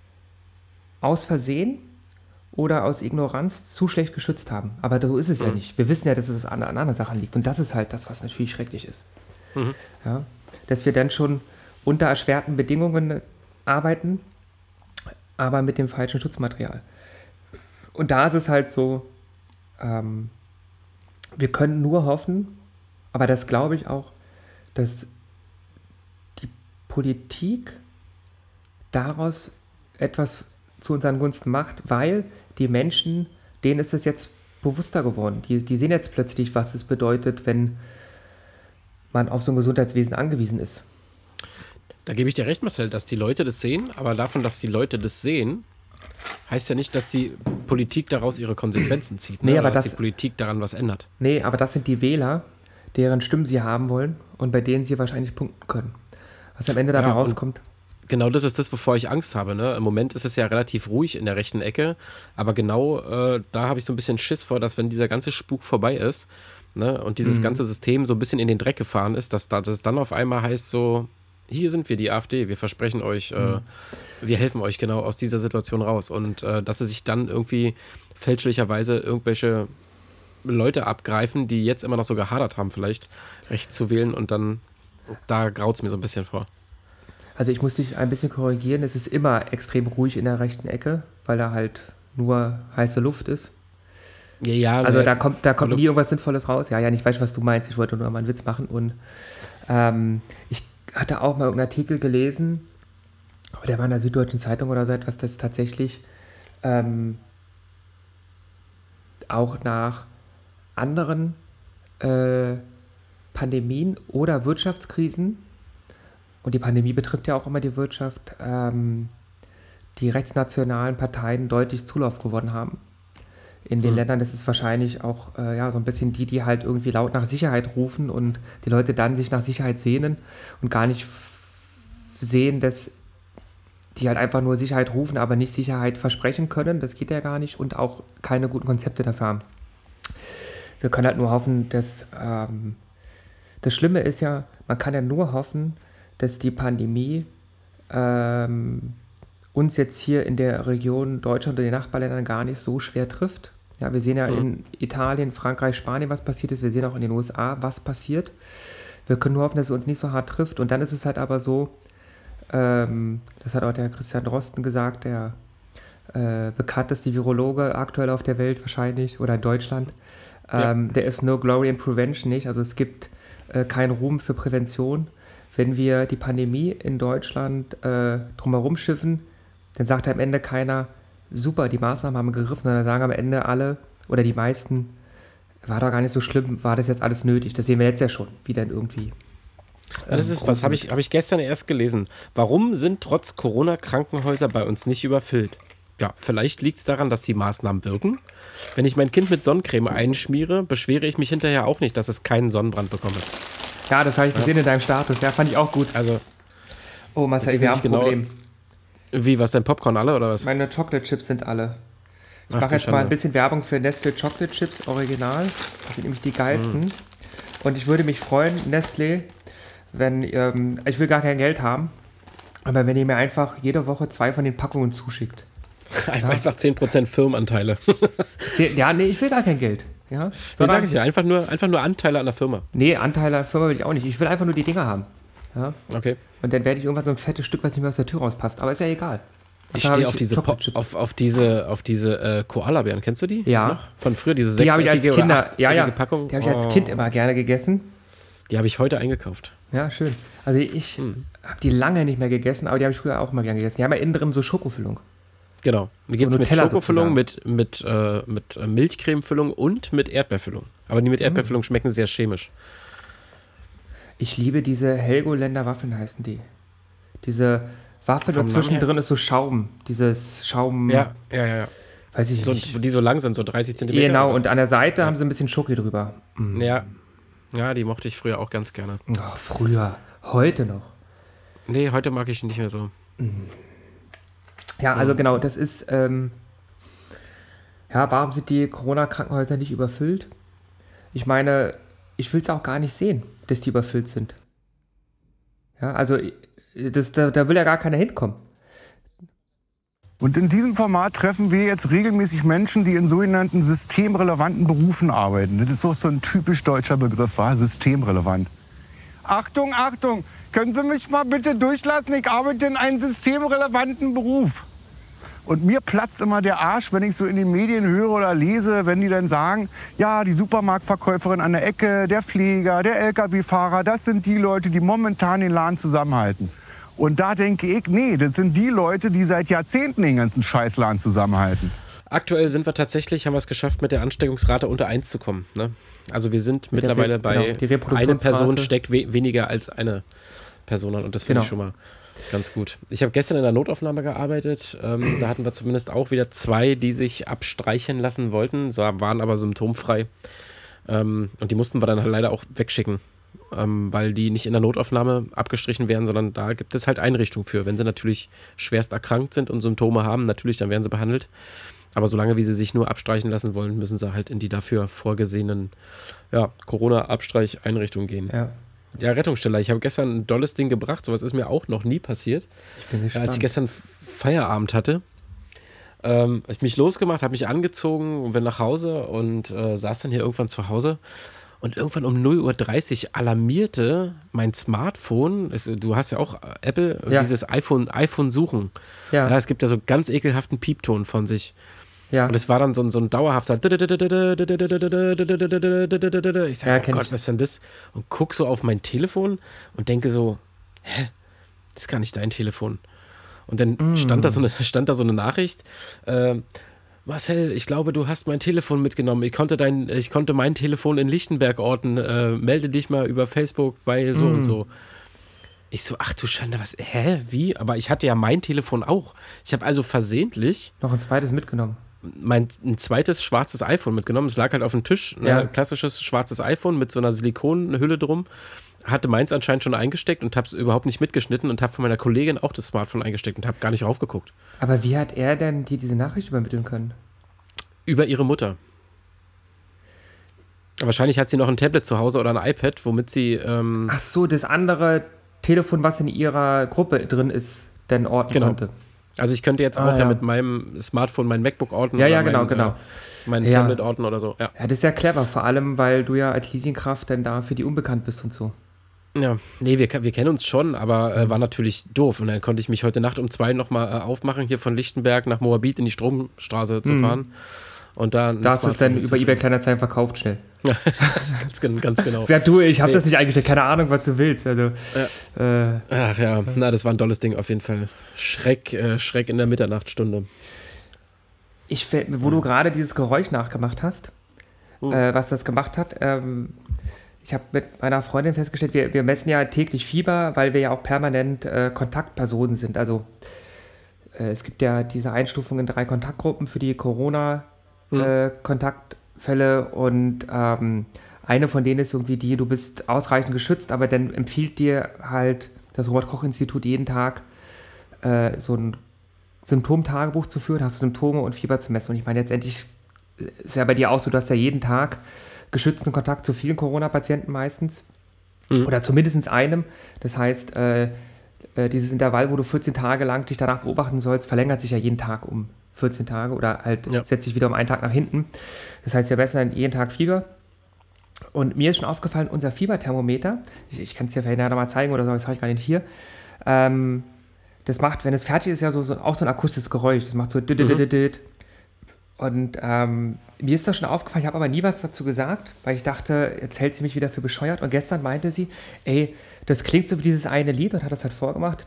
S1: aus Versehen oder aus Ignoranz zu schlecht geschützt haben. Aber so ist es mhm. ja nicht. Wir wissen ja, dass es an, an anderen Sachen liegt. Und das ist halt das, was natürlich schrecklich ist. Mhm. Ja, dass wir dann schon unter erschwerten Bedingungen arbeiten, aber mit dem falschen Schutzmaterial. Und da ist es halt so, ähm, wir können nur hoffen, aber das glaube ich auch, dass die Politik daraus etwas zu unseren Gunsten macht, weil die Menschen, denen ist es jetzt bewusster geworden. Die, die sehen jetzt plötzlich, was es bedeutet, wenn man auf so ein Gesundheitswesen angewiesen ist.
S2: Da gebe ich dir recht, Marcel, dass die Leute das sehen, aber davon, dass die Leute das sehen, heißt ja nicht, dass die Politik daraus ihre Konsequenzen zieht, ne?
S1: Nee, aber
S2: oder dass
S1: das,
S2: die Politik daran was ändert.
S1: Nee, aber das sind die Wähler, deren Stimmen sie haben wollen und bei denen sie wahrscheinlich punkten können. Was am Ende dabei ja, rauskommt.
S2: Genau das ist das, wovor ich Angst habe. Ne? Im Moment ist es ja relativ ruhig in der rechten Ecke, aber genau äh, da habe ich so ein bisschen Schiss vor, dass wenn dieser ganze Spuk vorbei ist, ne, und dieses mhm. ganze System so ein bisschen in den Dreck gefahren ist, dass, da, dass es dann auf einmal heißt so, hier sind wir, die AfD, wir versprechen euch, mhm. äh, wir helfen euch genau aus dieser Situation raus. Und äh, dass sie sich dann irgendwie fälschlicherweise irgendwelche Leute abgreifen, die jetzt immer noch so gehadert haben, vielleicht rechts zu wählen, und dann, da graut es mir so ein bisschen vor.
S1: Also ich muss dich ein bisschen korrigieren, es ist immer extrem ruhig in der rechten Ecke, weil da halt nur heiße Luft ist.
S2: Ja, ja.
S1: Also da kommt, da kommt nie irgendwas Sinnvolles raus. Ja, ja, ich weiß, was du meinst, ich wollte nur mal einen Witz machen. Und ähm, ich hatte auch mal irgendeinen Artikel gelesen, aber der war in der Süddeutschen Zeitung oder so etwas, dass tatsächlich ähm, auch nach anderen äh, Pandemien oder Wirtschaftskrisen, und die Pandemie betrifft ja auch immer die Wirtschaft, ähm, die rechtsnationalen Parteien deutlich Zulauf gewonnen haben. In den mhm. Ländern ist es wahrscheinlich auch äh, ja, so ein bisschen die, die halt irgendwie laut nach Sicherheit rufen und die Leute dann sich nach Sicherheit sehnen und gar nicht f- sehen, dass die halt einfach nur Sicherheit rufen, aber nicht Sicherheit versprechen können. Das geht ja gar nicht, und auch keine guten Konzepte dafür haben. Wir können halt nur hoffen, dass ähm, das Schlimme ist ja, man kann ja nur hoffen, dass die Pandemie ähm, uns jetzt hier in der Region Deutschland und den Nachbarländern gar nicht so schwer trifft, Ja, wir sehen ja
S2: Mhm.
S1: in Italien, Frankreich, Spanien, was passiert ist. Wir sehen auch in den U S A, was passiert. Wir können nur hoffen, dass es uns nicht so hart trifft. Und dann ist es halt aber so, ähm, das hat auch der Christian Drosten gesagt, der äh, bekannteste Virologe aktuell auf der Welt wahrscheinlich oder in Deutschland. Ähm,
S2: Ja.
S1: There is no glory in prevention, nicht? Also es gibt äh, keinen Ruhm für Prävention. Wenn wir die Pandemie in Deutschland äh, drumherum schiffen, dann sagt am Ende keiner, super, die Maßnahmen haben gegriffen, sondern sagen am Ende alle oder die meisten, war doch gar nicht so schlimm, war das jetzt alles nötig? Das sehen wir jetzt ja schon, wie dann irgendwie.
S2: Ja, das
S1: ähm,
S2: ist was, habe ich, hab ich gestern erst gelesen. Warum sind trotz Corona Krankenhäuser bei uns nicht überfüllt? Ja, vielleicht liegt es daran, dass die Maßnahmen wirken. Wenn ich mein Kind mit Sonnencreme einschmiere, beschwere ich mich hinterher auch nicht, dass es keinen Sonnenbrand bekomme.
S1: Ja, das habe ich gesehen in deinem Status, ja, fand ich auch gut.
S2: Also,
S1: Oh,
S2: das
S1: Marcel,
S2: ist
S1: wir haben ein
S2: nämlich genau-
S1: Problem.
S2: wie, was denn, Popcorn alle oder was?
S1: Meine Chocolate Chips sind alle. Ich
S2: Ach,
S1: mache
S2: du
S1: jetzt mal
S2: Schande.
S1: ein bisschen Werbung für Nestle Chocolate Chips Original. Das sind nämlich die geilsten.
S2: Mm.
S1: Und ich würde mich freuen, Nestle, wenn, ähm, ich will gar kein Geld haben, aber wenn ihr mir einfach jede Woche zwei von den Packungen zuschickt.
S2: Einfach, einfach zehn Prozent Firmenanteile.
S1: Zehn- Ja, nee, ich will gar kein Geld. Ja?
S2: So sage ich ja, einfach nur, einfach nur Anteile an der Firma.
S1: Nee, Anteile an der Firma will ich auch nicht. Ich will einfach nur die Dinger haben. Ja?
S2: Okay.
S1: Und dann werde ich irgendwann so ein fettes Stück, was nicht mehr aus der Tür rauspasst. Aber ist ja egal.
S2: Ich
S1: Dafür habe
S2: stehe auf diese,
S1: Chocolate
S2: Pop-
S1: Chips.
S2: auf, auf diese, auf diese äh, Koala-Bären. Kennst du die?
S1: Ja.
S2: Noch? Von früher, diese
S1: Die habe ich als
S2: sechseckige oder
S1: Kinder, ja, ja,
S2: achteckige Packung.
S1: die habe ich als
S2: Oh,
S1: Kind immer gerne gegessen.
S2: Die habe ich heute eingekauft.
S1: Ja, schön. Also ich
S2: Hm.
S1: habe die lange nicht mehr gegessen, aber die habe ich früher auch mal gerne gegessen. Die haben ja innen drin so Schokofüllung.
S2: Genau. Die gibt es mit
S1: Nutella
S2: Schokofüllung, mit, mit, äh, mit äh, Milchcremefüllung und mit Erdbeerfüllung. Aber die mit
S1: Mhm.
S2: Erdbeerfüllung schmecken sehr chemisch.
S1: Ich liebe diese Helgoländer Waffeln, heißen die. Diese Waffel
S2: Vom
S1: und
S2: Namen
S1: zwischendrin ist so Schaum. Dieses Schaum,
S2: Ja, ja, ja. ja.
S1: weiß ich
S2: So,
S1: nicht.
S2: die so lang sind, so dreißig Zentimeter.
S1: Genau,
S2: oder
S1: und
S2: was?
S1: an der Seite haben sie ein bisschen Schoki drüber. Mm.
S2: Ja. Ja, die mochte ich früher auch ganz gerne.
S1: Oh, früher, heute noch.
S2: Nee, heute mag ich nicht mehr so.
S1: Ja, also genau, das ist, ähm, ja, warum sind die Corona-Krankenhäuser nicht überfüllt? Ich meine, ich will es auch gar nicht sehen, dass die überfüllt sind. Ja, also das, da, da will ja gar keiner hinkommen.
S5: Und in diesem Format treffen wir jetzt regelmäßig Menschen, die in sogenannten systemrelevanten Berufen arbeiten. Das ist auch so ein typisch deutscher Begriff, war systemrelevant. Achtung, Achtung, können Sie mich mal bitte durchlassen? Ich arbeite in einem systemrelevanten Beruf. Und mir platzt immer der Arsch, wenn ich so in den Medien höre oder lese, wenn die dann sagen, ja, die Supermarktverkäuferin an der Ecke, der Pfleger, der L K W-Fahrer, das sind die Leute, die momentan den Laden zusammenhalten. Und da denke ich, nee, das sind die Leute, die seit Jahrzehnten den ganzen Scheißladen zusammenhalten.
S2: Aktuell sind wir tatsächlich, haben wir es geschafft, mit der Ansteckungsrate unter eins zu kommen. Ne? Also wir sind
S1: Mit der
S2: mittlerweile
S1: Re-
S2: bei,
S1: genau, die
S2: eine
S1: Reproduktionsrate.
S2: Person steckt we weniger als eine Person an. Und das finde
S1: Genau.
S2: ich schon mal ganz gut. Ich habe gestern in der Notaufnahme gearbeitet. Ähm, da hatten wir zumindest auch wieder zwei, die sich abstreichen lassen wollten, so, waren aber symptomfrei. Ähm, und die mussten wir dann halt leider auch wegschicken, ähm, weil die nicht in der Notaufnahme abgestrichen werden, sondern da gibt es halt Einrichtungen für. Wenn sie natürlich schwerst erkrankt sind und Symptome haben, natürlich, dann werden sie behandelt. Aber solange wie sie sich nur abstreichen lassen wollen, müssen sie halt in die dafür vorgesehenen ja, Corona-Abstreicheinrichtungen gehen.
S1: Ja,
S2: Ja, Rettungssteller. Ich habe gestern ein dolles Ding gebracht. Sowas ist mir auch noch nie passiert.
S1: ich bin
S2: Ja,
S1: gespannt.
S2: als ich gestern Feierabend hatte, ähm, habe ich mich losgemacht, habe mich angezogen und bin nach Hause und äh, saß dann hier irgendwann zu Hause. Und irgendwann um null Uhr dreißig alarmierte mein Smartphone, es, du hast ja auch Apple,
S1: Ja.
S2: dieses iPhone, iPhone suchen.
S1: ja,
S2: Ja, es gibt ja so ganz ekelhaften Piepton von sich.
S1: ja.
S2: Und es war dann so ein, so ein dauerhafter. Ich sag,
S1: Ja,
S2: oh
S1: kenn
S2: Gott,
S1: ich.
S2: was ist denn das? Und guck so auf mein Telefon und denke so, hä? Das ist gar nicht dein Telefon. Und dann
S1: Mm.
S2: stand, da so eine, stand da so eine Nachricht. Äh, Marcel, ich glaube, du hast mein Telefon mitgenommen. Ich konnte, dein, ich konnte mein Telefon in Lichtenberg orten. Äh, melde dich mal über Facebook bei so
S1: Mm.
S2: und so. Ich so, ach du Schande, was, hä, wie? Aber ich hatte ja mein Telefon auch. Ich habe also versehentlich
S1: Noch ein zweites mitgenommen.
S2: mein ein zweites schwarzes iPhone mitgenommen. Es lag halt auf dem Tisch,
S1: Ja.
S2: ein klassisches schwarzes iPhone mit so einer Silikonhülle drum. Hatte meins anscheinend schon eingesteckt und habe es überhaupt nicht mitgeschnitten und habe von meiner Kollegin auch das Smartphone eingesteckt und habe gar nicht raufgeguckt.
S1: Aber wie hat er denn dir diese Nachricht übermitteln können?
S2: Über ihre Mutter. Wahrscheinlich hat sie noch ein Tablet zu Hause oder ein iPad, womit sie ähm,
S1: Ach so, das andere Telefon, was in ihrer Gruppe drin ist, denn orten
S2: Genau.
S1: konnte.
S2: Also ich könnte jetzt
S1: Ah,
S2: auch ja.
S1: ja.
S2: mit meinem Smartphone mein MacBook orten.
S1: Ja,
S2: oder
S1: ja, genau,
S2: mein,
S1: genau.
S2: Äh, mein
S1: Ja.
S2: Tablet orten oder so. Ja.
S1: Ja, das ist ja clever, vor allem, weil du ja als Leasingkraft dann da für die unbekannt bist und so.
S2: Ja, nee, wir, wir kennen uns schon, aber äh, war natürlich doof. Und dann konnte ich mich heute Nacht um zwei nochmal äh, aufmachen, hier von Lichtenberg nach Moabit in die Stromstraße zu
S1: Mhm.
S2: fahren. Und da
S1: Da hast du es dann über eBay Kleinanzeigen verkauft schnell.
S2: ganz, gen- ganz genau.
S1: Ja, du, ich habe
S2: Nee.
S1: das nicht eingestellt, keine Ahnung, was du willst. Also, äh,
S2: Ach ja, na, das war ein tolles Ding auf jeden Fall. Schreck, äh, Schreck in der Mitternachtstunde.
S1: ich, fäll- wo du gerade dieses Geräusch nachgemacht hast,
S2: Mhm.
S1: äh, was das gemacht hat, ähm, ich habe mit meiner Freundin festgestellt, wir, wir messen ja täglich Fieber, weil wir ja auch permanent äh, Kontaktpersonen sind. Also äh, es gibt ja diese Einstufung in drei Kontaktgruppen für die Corona-Kontaktfälle und ähm, eine von denen ist irgendwie die, du bist ausreichend geschützt, aber dann empfiehlt dir halt das Robert-Koch-Institut jeden Tag äh, so ein Symptomtagebuch zu führen, hast du Symptome und Fieber zu messen. Und ich meine, letztendlich ist ja bei dir auch so, du hast ja jeden Tag geschützten Kontakt zu vielen Corona-Patienten meistens.
S2: Mhm.
S1: Oder zumindest einem. Das heißt, äh, äh, dieses Intervall, wo du vierzehn Tage lang dich danach beobachten sollst, verlängert sich ja jeden Tag um vierzehn Tage oder halt
S2: Ja.
S1: setzt sich wieder um einen Tag nach hinten. Das heißt, wir messen dann jeden Tag Fieber. Und mir ist schon aufgefallen, unser Fieberthermometer, ich, ich kann es dir vielleicht nachher mal zeigen oder so, das habe ich gar nicht hier, ähm, das macht, wenn es fertig ist, ja so, so auch so ein akustisches Geräusch. Das macht so düt, düt, düt, düt. Und ähm, mir ist das schon aufgefallen, ich habe aber nie was dazu gesagt, weil ich dachte, jetzt hält sie mich wieder für bescheuert. Und gestern meinte sie, ey, das klingt so wie dieses eine Lied und hat das halt vorgemacht.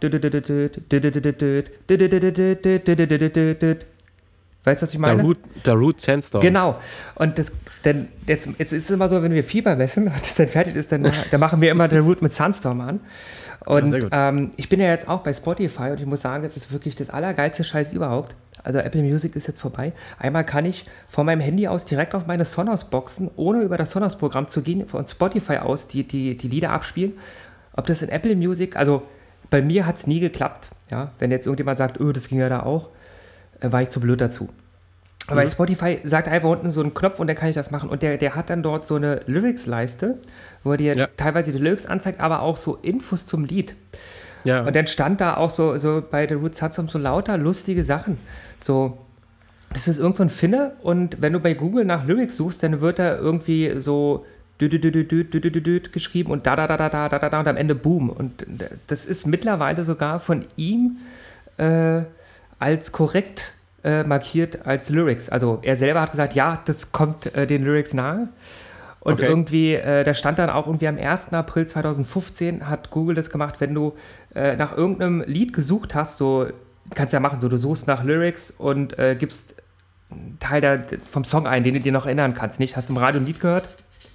S1: Weißt du, was ich meine?
S2: Darude, Darude Sandstorm.
S1: Genau. Und das, dann, jetzt, jetzt ist es immer so, wenn wir Fieber messen und das dann fertig ist, dann, dann machen wir immer Darude mit Sandstorm an. Und
S2: sehr gut.
S1: ähm, ich bin ja jetzt auch bei Spotify und ich muss sagen, das ist wirklich das allergeilste Scheiß überhaupt. Also Apple Music ist jetzt vorbei. Einmal kann ich von meinem Handy aus direkt auf meine Sonos-Boxen, ohne über das Sonos-Programm zu gehen, von Spotify aus die, die, die Lieder abspielen. Ob das in Apple Music, also bei mir hat es nie geklappt. Ja? Wenn jetzt irgendjemand sagt, oh, das ging ja da auch, äh, war ich zu blöd dazu. Aber
S2: Mhm.
S1: Spotify sagt einfach unten so einen Knopf und dann kann ich das machen. Und der, der hat dann dort so eine Lyrics-Leiste, wo er dir
S2: Ja.
S1: teilweise die Lyrics anzeigt, aber auch so Infos zum Lied.
S2: Ja.
S1: Und dann stand da auch so, so bei The Roots Sandstorm so lauter lustige Sachen. So, das ist irgend so ein Finne und wenn du bei Google nach Lyrics suchst, dann wird da irgendwie so dü- dü- dü- dü- dü- dü- dü- dü- dü- geschrieben und da, da, da, da, da, da, da, da und am Ende Boom. Und das ist mittlerweile sogar von ihm äh, als korrekt äh, markiert als Lyrics. Also er selber hat gesagt, ja, das kommt äh, den Lyrics nahe. Und
S2: Okay.
S1: irgendwie, äh, da stand dann auch irgendwie am ersten April zweitausendfünfzehn hat Google das gemacht, wenn du äh, nach irgendeinem Lied gesucht hast, so, kannst ja machen, so du suchst nach Lyrics und äh, gibst einen Teil der, vom Song ein, den du dir noch erinnern kannst, nicht? Hast du im Radio ein Lied gehört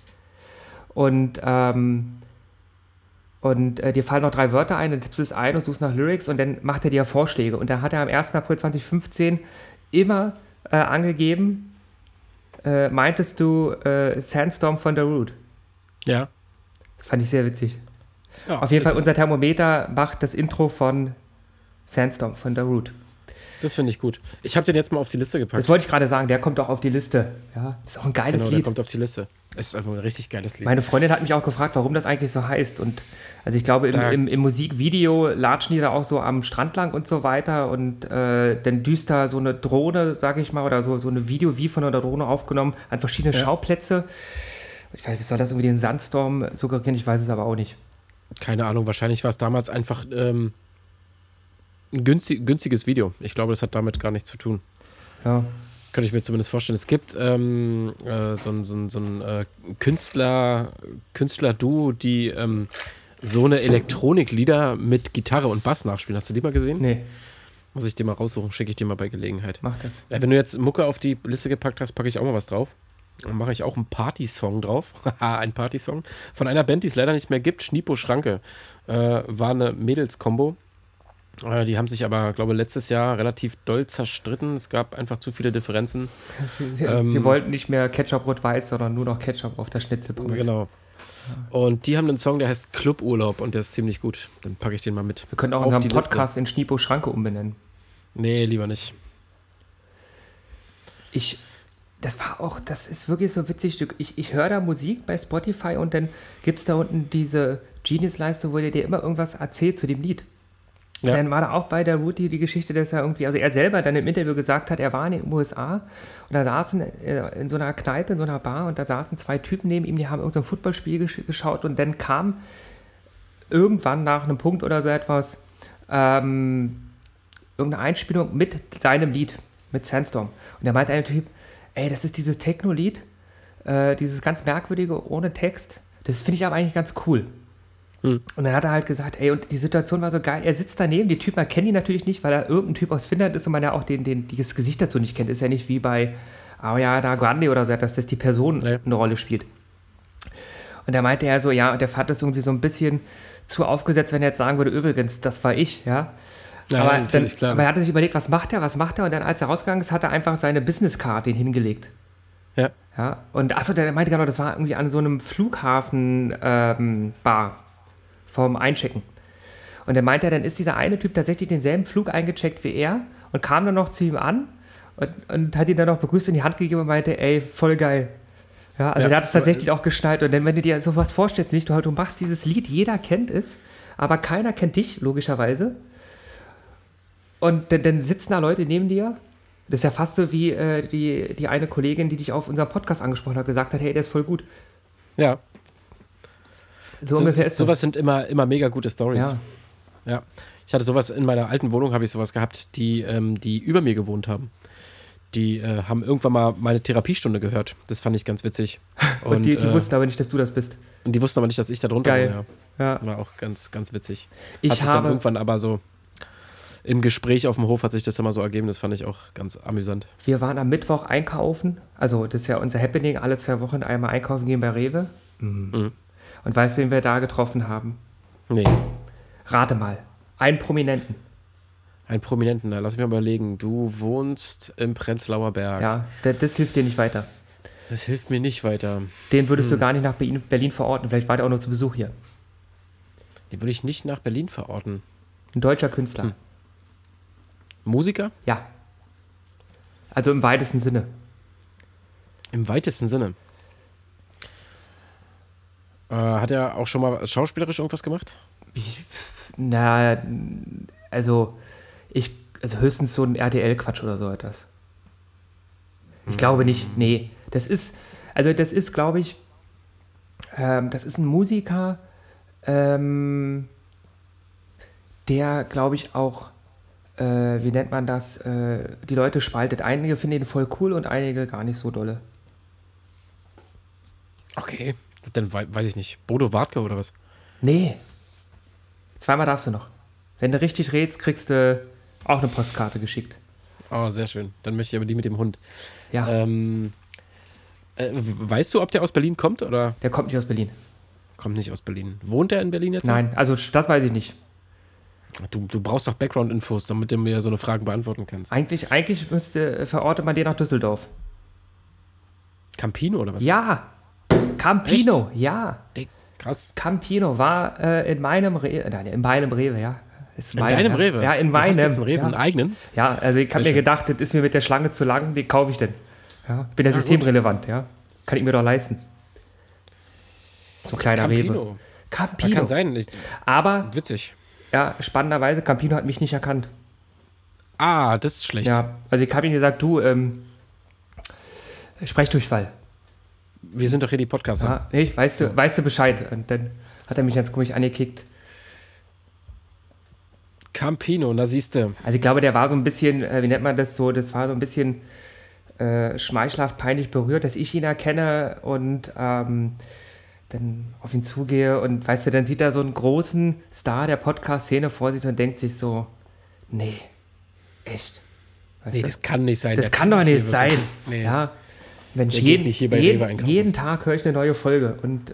S1: und, ähm, und äh, dir fallen noch drei Wörter ein, dann tippst du es ein und suchst nach Lyrics und dann macht er dir Vorschläge. Und da hat er am ersten April zweitausendfünfzehn immer äh, angegeben, Äh, meintest du äh, Sandstorm von Darude?
S2: ja.
S1: Das fand ich sehr witzig.
S2: ja.
S1: Auf jeden
S2: das
S1: Fall,
S2: ist-
S1: unser Thermometer macht das Intro von Sandstorm von Darude.
S2: Das finde ich gut. Ich habe den jetzt mal auf die Liste gepackt.
S1: Das wollte ich gerade sagen, der kommt auch auf die Liste. Ja, das ist auch ein geiles
S2: genau, der
S1: Lied.
S2: kommt auf die Liste. Es ist einfach ein richtig geiles Lied.
S1: Meine Freundin hat mich auch gefragt, warum das eigentlich so heißt. Und also ich glaube, im,
S2: Da-
S1: im, im Musikvideo latschen die da auch so am Strand lang und so weiter. Und äh, dann düst da so eine Drohne, sage ich mal, oder so, so eine Video wie von einer Drohne aufgenommen an verschiedene
S2: Ja.
S1: Schauplätze. Ich weiß, wie soll das irgendwie den Sandstorm suggerieren? Ich weiß es aber auch nicht.
S2: Keine Ahnung, wahrscheinlich war es damals einfach ähm, ein günstig, günstiges Video. Ich glaube, das hat damit gar nichts zu tun.
S1: Ja.
S2: Könnte ich mir zumindest vorstellen. Es gibt ähm, äh, so ein, so ein, so ein äh, Künstler, Künstler-Duo, die ähm, so eine Elektroniklieder mit Gitarre und Bass nachspielen. Hast du die mal gesehen?
S1: Nee,
S2: Muss ich dir mal raussuchen, schicke ich dir mal bei Gelegenheit.
S1: mach das.
S2: Ja, wenn du jetzt Mucke auf die Liste gepackt hast, packe ich auch mal was drauf. Dann mache ich auch einen Partysong drauf. Haha, ein Partysong. Von einer Band, die es leider nicht mehr gibt, Schnipo Schranke. Äh, war eine Mädels-Kombo. Äh, die haben sich aber, glaube ich, letztes Jahr relativ doll zerstritten. Es gab einfach zu viele Differenzen.
S1: Sie, sie,
S2: Ähm,
S1: sie wollten nicht mehr Ketchup rot-weiß, sondern nur noch Ketchup auf der Schnitzelpommes.
S2: Genau. Und die haben einen Song, der heißt Cluburlaub und der ist ziemlich gut. Dann packe ich den mal mit.
S1: Wir können auch
S2: Auf
S1: unseren
S2: die Liste.
S1: Podcast in Schnipo Schranke umbenennen.
S2: Nee, lieber nicht.
S1: Ich, das war auch, das ist wirklich so witzig. Ich, ich höre da Musik bei Spotify und dann gibt es da unten diese Genius-Leiste, wo der dir immer irgendwas erzählt zu dem Lied.
S2: Ja.
S1: Dann war da auch bei der Ruti die Geschichte, dass er irgendwie, also er selber dann im Interview gesagt hat, er war in den U S A und da saßen in so einer Kneipe, in so einer Bar und da saßen zwei Typen neben ihm, die haben irgendein so Footballspiel gesch- geschaut und dann kam irgendwann nach einem Punkt oder so etwas ähm, irgendeine Einspielung mit seinem Lied, mit Sandstorm. Und da meinte ein Typ, ey, das ist dieses Techno-Lied, äh, dieses ganz merkwürdige, ohne Text, das finde ich aber eigentlich ganz cool. Hm. Und dann hat er halt gesagt, ey, und die Situation war so geil, er sitzt daneben, die Typen, man kennt ihn natürlich nicht, weil er irgendein Typ aus Finnland ist und man ja auch den, den, das Gesicht dazu nicht kennt, ist ja nicht wie bei Ariana Grande oder so, dass das die Person
S2: nee.
S1: eine Rolle spielt. Und da meinte er so, ja, und der fand das irgendwie so ein bisschen zu aufgesetzt, wenn er jetzt sagen würde, übrigens, das war ich, ja.
S2: Ja,
S1: aber,
S2: natürlich,
S1: dann,
S2: klar,
S1: aber er hatte sich überlegt, was macht er, was macht er? Und dann, als er rausgegangen ist, hat er einfach seine Business-Card den hingelegt.
S2: Ja.
S1: Ja. Und achso, der meinte genau, das war irgendwie an so einem Flughafen-Bar ähm, vom Einchecken. Und dann meinte er, dann ist dieser eine Typ tatsächlich denselben Flug eingecheckt wie er und kam dann noch zu ihm an und, und hat ihn dann noch begrüßt und die Hand gegeben und meinte, ey, voll geil. Ja, also
S2: ja,
S1: der hat es tatsächlich auch geschnallt. Und dann, wenn du dir sowas vorstellst, nicht, du, du machst dieses Lied, jeder kennt es, aber keiner kennt dich, logischerweise. Und dann, dann sitzen da Leute neben dir. Das ist ja fast so wie äh, die, die eine Kollegin, die dich auf unserem Podcast angesprochen hat, gesagt hat, hey, der ist voll gut.
S2: Ja.
S1: So,
S2: so
S1: ungefähr ist
S2: sowas
S1: das.
S2: sind immer, immer mega gute Storys.
S1: Ja.
S2: Ja. Ich hatte sowas in meiner alten Wohnung, habe ich sowas gehabt, die, ähm, die über mir gewohnt haben. Die äh, haben irgendwann mal meine Therapiestunde gehört. Das fand ich ganz witzig.
S1: Und, und die, die
S2: äh,
S1: wussten aber nicht, dass du das bist.
S2: Und die wussten aber nicht, dass ich da drunter
S1: Geil.
S2: bin. Ja.
S1: Ja.
S2: War auch ganz, ganz witzig.
S1: Ich
S2: hat sich
S1: habe,
S2: dann irgendwann aber so im Gespräch auf dem Hof hat sich das immer so ergeben. Das fand ich auch ganz amüsant.
S1: wir waren am Mittwoch einkaufen. Also das ist ja unser Happening, alle zwei Wochen einmal einkaufen gehen bei Rewe.
S2: Mhm.
S1: Und weißt du, wen wir da getroffen haben?
S2: Nee.
S1: Rate mal. Einen Prominenten.
S2: Ein Prominenten, da lass mich mal überlegen. Du wohnst im Prenzlauer Berg.
S1: Ja, das, das hilft dir nicht weiter.
S2: Das hilft mir nicht weiter.
S1: Den würdest
S2: Hm.
S1: du gar nicht nach Berlin, Berlin verorten. Vielleicht war der auch nur zu Besuch hier.
S2: Den würde ich nicht nach Berlin verorten.
S1: Ein deutscher Künstler.
S2: Hm. Musiker?
S1: Ja. Also im weitesten Sinne.
S2: Im weitesten Sinne. Äh, hat er auch schon mal schauspielerisch irgendwas gemacht?
S1: Ich, na, also ich, also höchstens so ein R T L-Quatsch oder so etwas. Ich glaube nicht, nee. Das ist, also das ist, glaube ich, ähm, das ist ein Musiker, ähm, der, glaube ich, auch, äh, wie nennt man das, äh, die Leute spaltet. Einige finden ihn voll cool und einige gar nicht so dolle.
S2: Okay, dann wei- weiß ich nicht. Bodo Wartke oder was?
S1: Nee. Zweimal darfst du noch. Wenn du richtig redst, kriegst du auch eine Postkarte geschickt.
S2: Oh, sehr schön. Dann möchte ich aber die mit dem Hund.
S1: Ja,
S2: Ähm, äh, weißt du, ob der aus Berlin kommt oder
S1: der kommt nicht aus Berlin.
S2: kommt nicht aus Berlin? Wohnt er in Berlin jetzt?
S1: Nein, also das weiß ich nicht.
S2: Du, du brauchst doch Background-Infos, damit du mir so eine Frage beantworten kannst.
S1: Eigentlich, eigentlich müsste, verortet man den nach Düsseldorf.
S2: Campino oder was?
S1: Ja, Campino, ja.
S2: Dick, krass.
S1: Campino war äh, in meinem Rewe, nein, in meinem Rewe, ja. Ist
S2: In
S1: mein,
S2: deinem
S1: ja.
S2: Rewe?
S1: Ja, in
S2: Du hast
S1: meinem.
S2: jetzt einen Rewe,
S1: ja.
S2: einen eigenen?
S1: Ja, also ich habe
S2: Sehr
S1: mir
S2: schön.
S1: gedacht, das ist mir mit der Schlange zu lang, den kaufe ich denn. Ja, bin ja systemrelevant, ja. Kann ich mir doch leisten. So ein kleiner Rewe.
S2: Campino.
S1: Campino.
S2: Kann sein. Ich,
S1: Aber,
S2: witzig.
S1: ja, spannenderweise, Campino hat mich nicht erkannt.
S2: Ah, das ist schlecht.
S1: Ja, also ich habe ihm gesagt, du, ähm, Sprechdurchfall.
S2: Wir sind doch hier die Podcaster.
S1: Ja, nee, weißt du, weißt du Bescheid. Und dann hat er mich ganz komisch angekickt.
S2: Campino, da siehst du.
S1: Also ich glaube, der war so ein bisschen, äh, wie nennt man das so, das war so ein bisschen äh, schmeichelhaft, peinlich berührt, dass ich ihn erkenne und ähm, dann auf ihn zugehe und weißt du, dann sieht er so einen großen Star der Podcast-Szene vor sich und denkt sich so, nee, echt. Weißt
S2: Nee,
S1: du?
S2: das kann nicht sein.
S1: Das
S2: Der
S1: kann doch
S2: kommt
S1: nicht
S2: hier
S1: sein.
S2: wirklich. Nee.
S1: Ja, Mensch,
S2: Der geht
S1: jeden,
S2: nicht hier bei Rewe
S1: jeden,
S2: einkaufen.
S1: jeden Tag höre ich eine neue Folge und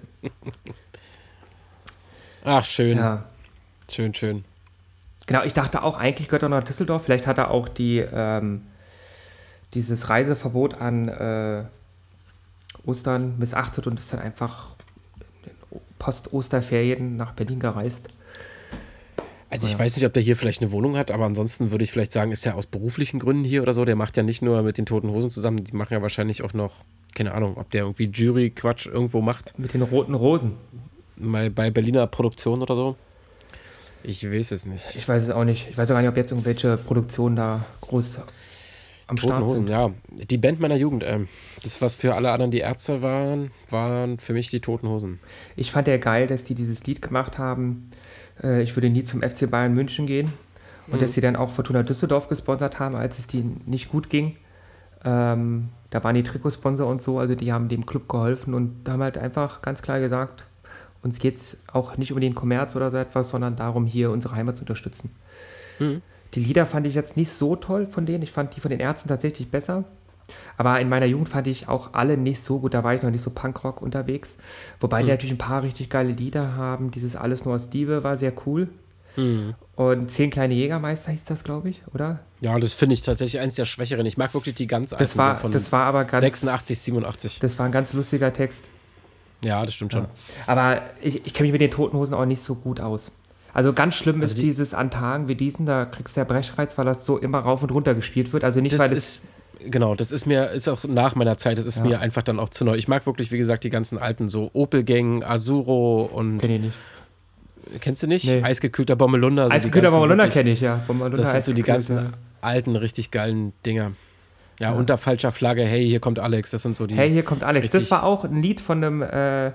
S2: Ach, schön.
S1: ja.
S2: Schön, schön.
S1: Genau, ich dachte auch, eigentlich gehört er nach Düsseldorf. Vielleicht hat er auch die, ähm, dieses Reiseverbot an äh, Ostern missachtet und ist dann einfach in Post-Osterferien nach Berlin gereist.
S2: Also ich
S1: Ja.
S2: weiß nicht, ob der hier vielleicht eine Wohnung hat, aber ansonsten würde ich vielleicht sagen, ist er aus beruflichen Gründen hier oder so. Der macht ja nicht nur mit den Toten Hosen zusammen, die machen ja wahrscheinlich auch noch, keine Ahnung, ob der irgendwie Jury-Quatsch irgendwo macht.
S1: Mit den roten Rosen.
S2: Mal bei Berliner Produktion oder so. Ich weiß es nicht.
S1: Ich weiß es auch nicht. Ich weiß auch gar nicht, ob jetzt irgendwelche Produktionen da groß am
S2: Toten
S1: Start
S2: Hosen,
S1: sind.
S2: ja. Die Band meiner Jugend. Ähm, das, was für alle anderen die Ärzte waren, waren für mich die Toten Hosen.
S1: Ich fand ja geil, dass die dieses Lied gemacht haben. Äh, ich würde nie zum F C Bayern München gehen. Und
S2: Mhm.
S1: dass sie dann auch Fortuna Düsseldorf gesponsert haben, als es denen nicht gut ging. Ähm, da waren die Trikotsponsor und so, also die haben dem Club geholfen und haben halt einfach ganz klar gesagt, uns geht es auch nicht um den Kommerz oder so etwas, sondern darum, hier unsere Heimat zu unterstützen.
S2: Mhm.
S1: Die Lieder fand ich jetzt nicht so toll von denen. Ich fand die von den Ärzten tatsächlich besser. Aber in meiner Jugend fand ich auch alle nicht so gut. Da war ich noch nicht so Punkrock unterwegs. Wobei die
S2: Mhm.
S1: natürlich ein paar richtig geile Lieder haben. Dieses Alles nur aus Liebe war sehr cool.
S2: Mhm.
S1: Und Zehn kleine Jägermeister hieß das, glaube ich, oder?
S2: Ja, das finde ich tatsächlich eins der Schwächeren. Ich mag wirklich die ganz alten
S1: Das war,
S2: so von
S1: das war aber ganz,
S2: sechsundachtzig, siebenundachtzig.
S1: das war ein ganz lustiger Text.
S2: Ja, das stimmt schon.
S1: Ja. Aber ich, ich kenne mich mit den Toten Hosen auch nicht so gut aus. Also ganz schlimm
S2: Also
S1: ist
S2: die-
S1: dieses an Tagen wie diesen, da kriegst du ja Brechreiz, weil das so immer rauf und runter gespielt wird. Also nicht,
S2: Das
S1: weil das
S2: ist, genau, das ist mir, ist auch nach meiner Zeit, das ist
S1: Ja.
S2: mir einfach dann auch zu neu. Ich mag wirklich, wie gesagt, die ganzen alten, so Opel-Gang, Azuro und,
S1: kenn ich nicht.
S2: kennst du nicht?
S1: Nee.
S2: Eisgekühlter Bommelunder. Also die
S1: Eisgekühlter
S2: ganzen
S1: Bommelunder
S2: wirklich-
S1: kenne ich, ja. Bommelunder
S2: Das sind so die
S1: eisgekühlt,
S2: ganzen
S1: ja.
S2: alten, richtig geilen Dinger. Ja,
S1: Ja.
S2: unter falscher Flagge, hey, hier kommt Alex, das sind so die...
S1: Hey, hier kommt Alex.
S2: richtig-
S1: Das war auch ein Lied von einem, äh,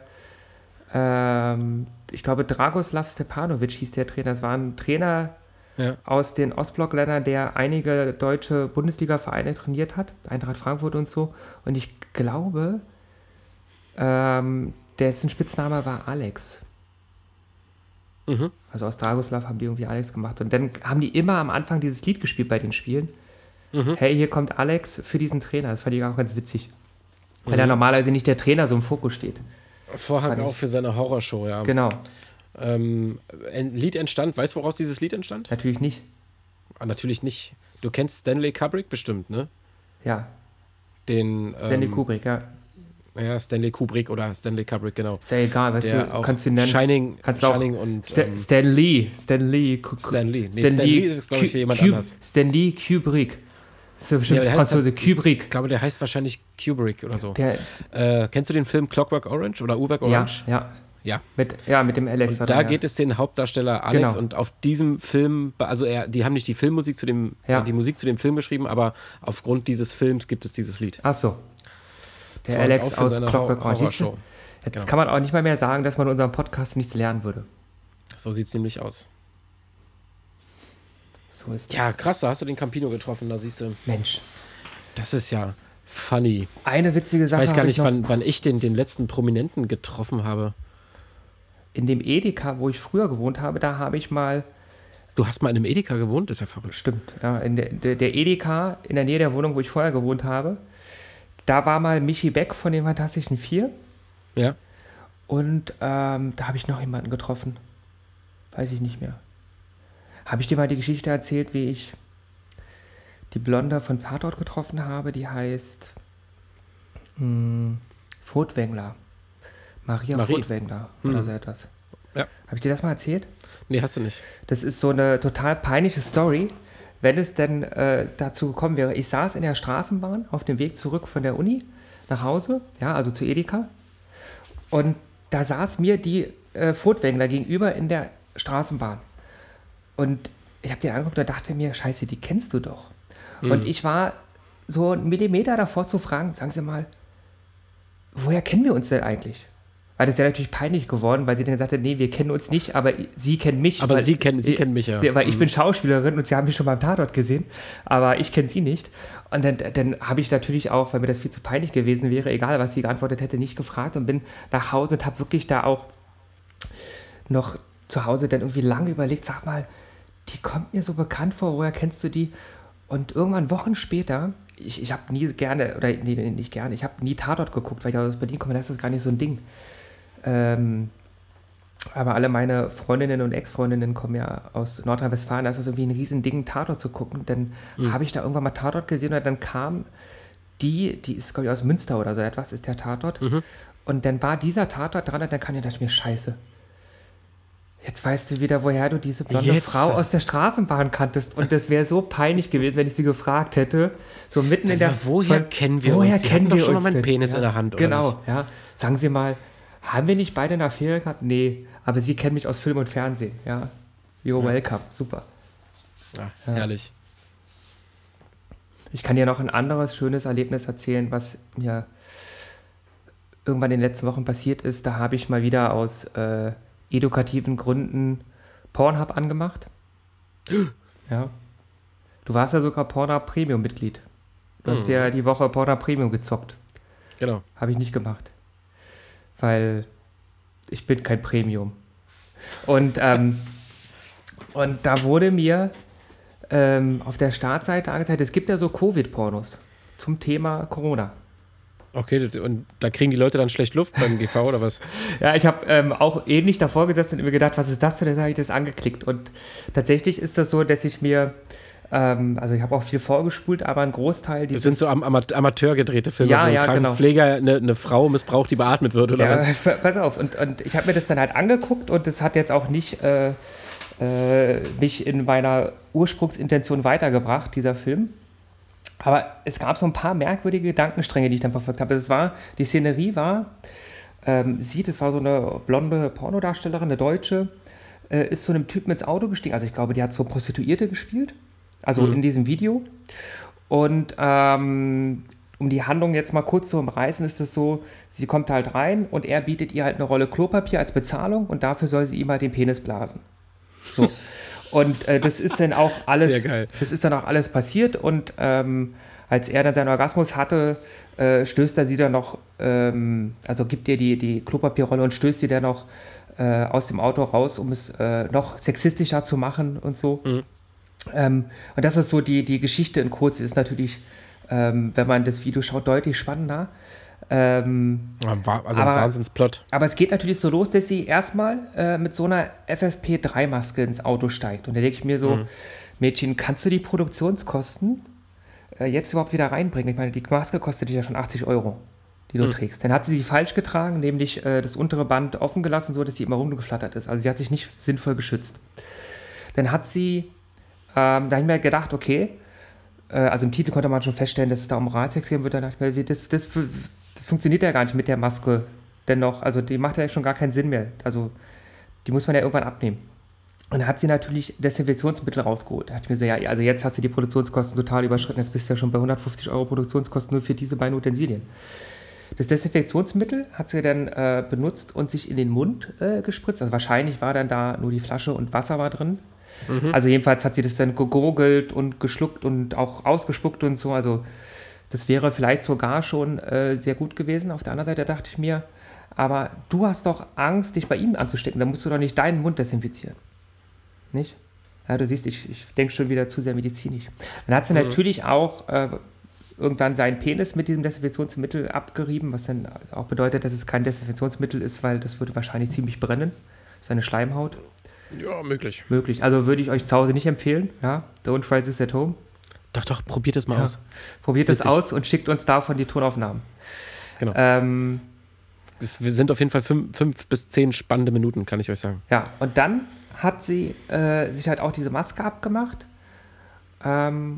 S1: ähm, ich glaube, Dragoslav Stepanovic hieß der Trainer. Das war ein Trainer
S2: Ja.
S1: aus den Ostblockländern, der einige deutsche Bundesliga-Vereine trainiert hat, Eintracht Frankfurt und so. Und ich glaube, ähm, dessen Spitzname war Alex.
S2: Mhm.
S1: Also aus Dragoslav haben die irgendwie Alex gemacht. Und dann haben die immer am Anfang dieses Lied gespielt bei den Spielen.
S2: Mhm.
S1: Hey, hier kommt Alex für diesen Trainer. Das fand ich auch ganz witzig. Weil
S2: Mhm.
S1: da normalerweise nicht der Trainer so im Fokus steht.
S2: Vorhang
S1: Fand ich.
S2: auch für seine Horrorshow, ja.
S1: Genau,
S2: Ähm, ein Lied entstand, weißt du, woraus dieses Lied entstand?
S1: natürlich nicht.
S2: Ah, natürlich nicht. Du kennst Stanley Kubrick bestimmt, ne?
S1: Ja,
S2: Den,
S1: Stanley
S2: ähm,
S1: Kubrick, ja.
S2: Ja, Stanley Kubrick oder Stanley Kubrick, genau.
S1: Ist ja egal, weißt
S2: Der
S1: du,
S2: auch
S1: kannst du ihn nennen.
S2: Shining,
S1: Kannst du auch
S2: Shining und
S1: Sta
S2: ähm,
S1: Stan Lee, Stan Lee. Ku- Ku-
S2: Stan Lee. Nee, Stan Lee ist, glaube ich, für jemand
S1: Ku-
S2: anders.
S1: Stan Lee Kubrick. Das ist ja bestimmt
S2: Ja, der heißt
S1: Franzose.
S2: dann-
S1: Kubrick.
S2: Ich glaube, der heißt wahrscheinlich Kubrick oder so.
S1: Der,
S2: Äh, kennst du den Film Clockwork Orange oder Uhrwerk
S1: ja,
S2: Orange?
S1: ja.
S2: Ja.
S1: Mit, ja, mit dem Alex.
S2: Und da geht es den Hauptdarsteller Alex
S1: Genau.
S2: und auf diesem Film, also er, die haben nicht die Filmmusik zu dem,
S1: Ja.
S2: äh, die Musik zu dem Film geschrieben, aber aufgrund dieses Films gibt es dieses Lied.
S1: Ach so. Der
S2: Vor-
S1: Alex
S2: auch für
S1: aus
S2: seine
S1: Clockwork
S2: Hor-
S1: Orange. Siehst du?
S2: Horrorshow.
S1: Jetzt
S2: Genau.
S1: kann man auch nicht mal mehr sagen, dass man in unserem Podcast nichts lernen würde.
S2: So sieht es nämlich aus.
S1: So ist das.
S2: Ja, krass, da hast du den Campino getroffen, da siehst du.
S1: Mensch.
S2: Das ist ja funny.
S1: Eine witzige
S2: Ich
S1: Sache.
S2: weiß gar
S1: habe
S2: nicht,
S1: noch.
S2: wann, wann ich den, den letzten Prominenten getroffen habe.
S1: In dem Edeka, wo ich früher gewohnt habe, da habe ich mal,
S2: Du hast mal in einem Edeka gewohnt, das ist ja verrückt.
S1: stimmt, ja, in der, der, der Edeka in der Nähe der Wohnung, wo ich vorher gewohnt habe, da war mal Michi Beck von den Fantastischen Vier
S2: Ja.
S1: und ähm, da habe ich noch jemanden getroffen. Weiß ich nicht mehr. Habe ich dir mal die Geschichte erzählt, wie ich die Blonde von Tatort getroffen habe? Die heißt mh, Furtwängler. Maria
S2: Marie.
S1: Furtwängler oder
S2: Hm.
S1: so etwas.
S2: Ja.
S1: Habe ich dir das mal erzählt?
S2: Nee, hast du nicht.
S1: Das ist so eine total peinliche Story, wenn es denn äh, dazu gekommen wäre. Ich saß in der Straßenbahn auf dem Weg zurück von der Uni nach Hause, ja, also zu Edeka. Und da saß mir die äh, Furtwängler gegenüber in der Straßenbahn. Und ich habe die angeguckt und dachte mir, scheiße, die kennst du doch. Und ich war so einen Millimeter davor zu fragen, sagen Sie mal, woher kennen wir uns denn eigentlich? Weil das ist ja natürlich peinlich geworden, weil sie dann gesagt hat, nee, wir kennen uns nicht, aber Sie kennen mich.
S2: Aber
S1: weil,
S2: Sie kennen, Sie kennen mich ja.
S1: Sie, weil ich
S2: Mhm.
S1: bin Schauspielerin und Sie haben mich schon beim Tatort gesehen, aber ich kenne Sie nicht. Und dann, dann habe ich natürlich auch, weil mir das viel zu peinlich gewesen wäre, egal was sie geantwortet hätte, nicht gefragt und bin nach Hause und habe wirklich da auch noch zu Hause dann irgendwie lange überlegt, sag mal, die kommt mir so bekannt vor, woher kennst du die? Und irgendwann Wochen später, ich, ich habe nie gerne, oder nee, nee, nicht gerne, ich habe nie Tatort geguckt, weil ich aus Berlin komme, das ist gar nicht so ein Ding. Ähm, aber alle meine Freundinnen und Ex-Freundinnen kommen ja aus Nordrhein-Westfalen, da ist das irgendwie ein riesen Ding, Tatort zu gucken. Dann
S2: Mhm.
S1: habe ich da irgendwann mal Tatort gesehen und dann kam die, die ist, glaube ich, aus Münster oder so etwas, ist der Tatort.
S2: Mhm.
S1: Und dann war dieser Tatort dran und dann kam ich, dachte ich mir, scheiße. Jetzt weißt du wieder, woher du diese blonde
S2: Jetzt.
S1: Frau aus der Straßenbahn kanntest. Und das wäre so peinlich gewesen, wenn ich sie gefragt hätte. So mitten in
S2: Sag
S1: der.
S2: mal, woher
S1: von-
S2: kennen wir
S1: woher
S2: uns? Sie
S1: kennen
S2: hatten doch
S1: wir
S2: schon
S1: uns
S2: mal meinen
S1: denn?
S2: Penis
S1: ja,
S2: in der Hand, oder
S1: Genau,
S2: nicht?
S1: ja. Sagen Sie mal, haben wir nicht beide eine Affäre gehabt? Nee, aber Sie kennen mich aus Film und Fernsehen, ja. You're welcome, super.
S2: Ja, herrlich.
S1: Ich kann dir noch ein anderes schönes Erlebnis erzählen, was mir irgendwann in den letzten Wochen passiert ist. Da habe ich mal wieder aus äh, edukativen Gründen Pornhub angemacht. Ja. Du warst ja sogar Pornhub Premium-Mitglied. Du hast ja die Woche Pornhub Premium gezockt.
S2: Genau.
S1: Habe ich nicht gemacht. Weil ich bin kein Premium. Und, ähm, und da wurde mir ähm, auf der Startseite angezeigt, es gibt ja so Covid-Pornos zum Thema Corona.
S2: Okay, und da kriegen die Leute dann schlecht Luft beim G V oder was?
S1: Ja, ich habe ähm, auch ähnlich davor gesessen und mir gedacht, was ist das denn? Dann habe ich das angeklickt. Und tatsächlich ist das so, dass ich mir also ich habe auch viel vorgespult, aber ein Großteil dieses...
S2: Das sind so am, am, Amateur gedrehte Filme,
S1: ja,
S2: wo ein
S1: ja,
S2: Krankenpfleger genau. eine, eine Frau missbraucht, die beatmet wird, oder
S1: ja,
S2: was?
S1: Pass auf, und, und ich habe mir das dann halt angeguckt und das hat jetzt auch nicht äh, äh, mich in meiner Ursprungsintention weitergebracht, dieser Film. Aber es gab so ein paar merkwürdige Gedankenstränge, die ich dann verfolgt habe. Das war, die Szenerie war, ähm, sie, das war so eine blonde Pornodarstellerin, eine Deutsche, äh, ist zu einem Typen ins Auto gestiegen. Also ich glaube, die hat so Prostituierte gespielt. Also mhm. in diesem Video. Und ähm, um die Handlung jetzt mal kurz zu umreißen, ist es so, sie kommt halt rein und er bietet ihr halt eine Rolle Klopapier als Bezahlung und dafür soll sie ihm halt den Penis blasen. So. Und äh, das ist dann auch alles,
S2: Sehr geil.
S1: Das ist dann auch alles passiert und ähm, als er dann seinen Orgasmus hatte, äh, stößt er sie dann noch, ähm, also gibt ihr die, die Klopapierrolle und stößt sie dann noch äh, aus dem Auto raus, um es äh, noch sexistischer zu machen und so. Mhm. Ähm, und das ist so die, die Geschichte in kurz, ist natürlich, ähm, wenn man das Video schaut, deutlich spannender. Ähm,
S2: also
S1: aber,
S2: ein Wahnsinnsplot.
S1: Aber es geht natürlich so los, dass sie erstmal äh, mit so einer F F P drei Maske ins Auto steigt. Und da denke ich mir so, mhm. Mädchen, kannst du die Produktionskosten äh, jetzt überhaupt wieder reinbringen? Ich meine, die Maske kostet dich ja schon achtzig Euro, die du mhm. trägst. Dann hat sie sie falsch getragen, nämlich äh, das untere Band offen gelassen, so dass sie immer rumgeflattert ist. Also sie hat sich nicht sinnvoll geschützt. Dann hat sie Ähm, da habe ich mir gedacht, okay, äh, also im Titel konnte man schon feststellen, dass es da um Oralsex gehen wird. Da dachte ich mir, das, das, das funktioniert ja gar nicht mit der Maske dennoch. Also die macht ja schon gar keinen Sinn mehr. Also die muss man ja irgendwann abnehmen. Und dann hat sie natürlich Desinfektionsmittel rausgeholt. Da dachte ich mir so, ja, also jetzt hast du die Produktionskosten total überschritten. Jetzt bist du ja schon bei hundertfünfzig Euro Produktionskosten nur für diese beiden Utensilien. Das Desinfektionsmittel hat sie dann äh, benutzt und sich in den Mund äh, gespritzt. Also wahrscheinlich war dann da nur die Flasche und Wasser war drin. Mhm. Also jedenfalls hat sie das dann gegurgelt und geschluckt und auch ausgespuckt und so. Also das wäre vielleicht sogar schon äh, sehr gut gewesen. Auf der anderen Seite dachte ich mir, aber du hast doch Angst, dich bei ihm anzustecken. Da musst du doch nicht deinen Mund desinfizieren. Nicht? Ja, du siehst, ich, ich denke schon wieder zu sehr medizinisch. Dann hat sie mhm. natürlich auch äh, irgendwann seinen Penis mit diesem Desinfektionsmittel abgerieben, was dann auch bedeutet, dass es kein Desinfektionsmittel ist, weil das würde wahrscheinlich ziemlich brennen. Seine Schleimhaut.
S2: Ja, möglich.
S1: Möglich. Also würde ich euch zu Hause nicht empfehlen. Ja? Don't try this at home.
S2: Doch, doch, probiert es mal
S1: ja.
S2: aus.
S1: Probiert es aus und schickt uns davon die Tonaufnahmen.
S2: Genau.
S1: Ähm,
S2: das sind auf jeden Fall fünf, fünf bis zehn spannende Minuten, kann ich euch sagen.
S1: Ja, und dann hat sie äh, sich halt auch diese Maske abgemacht ähm,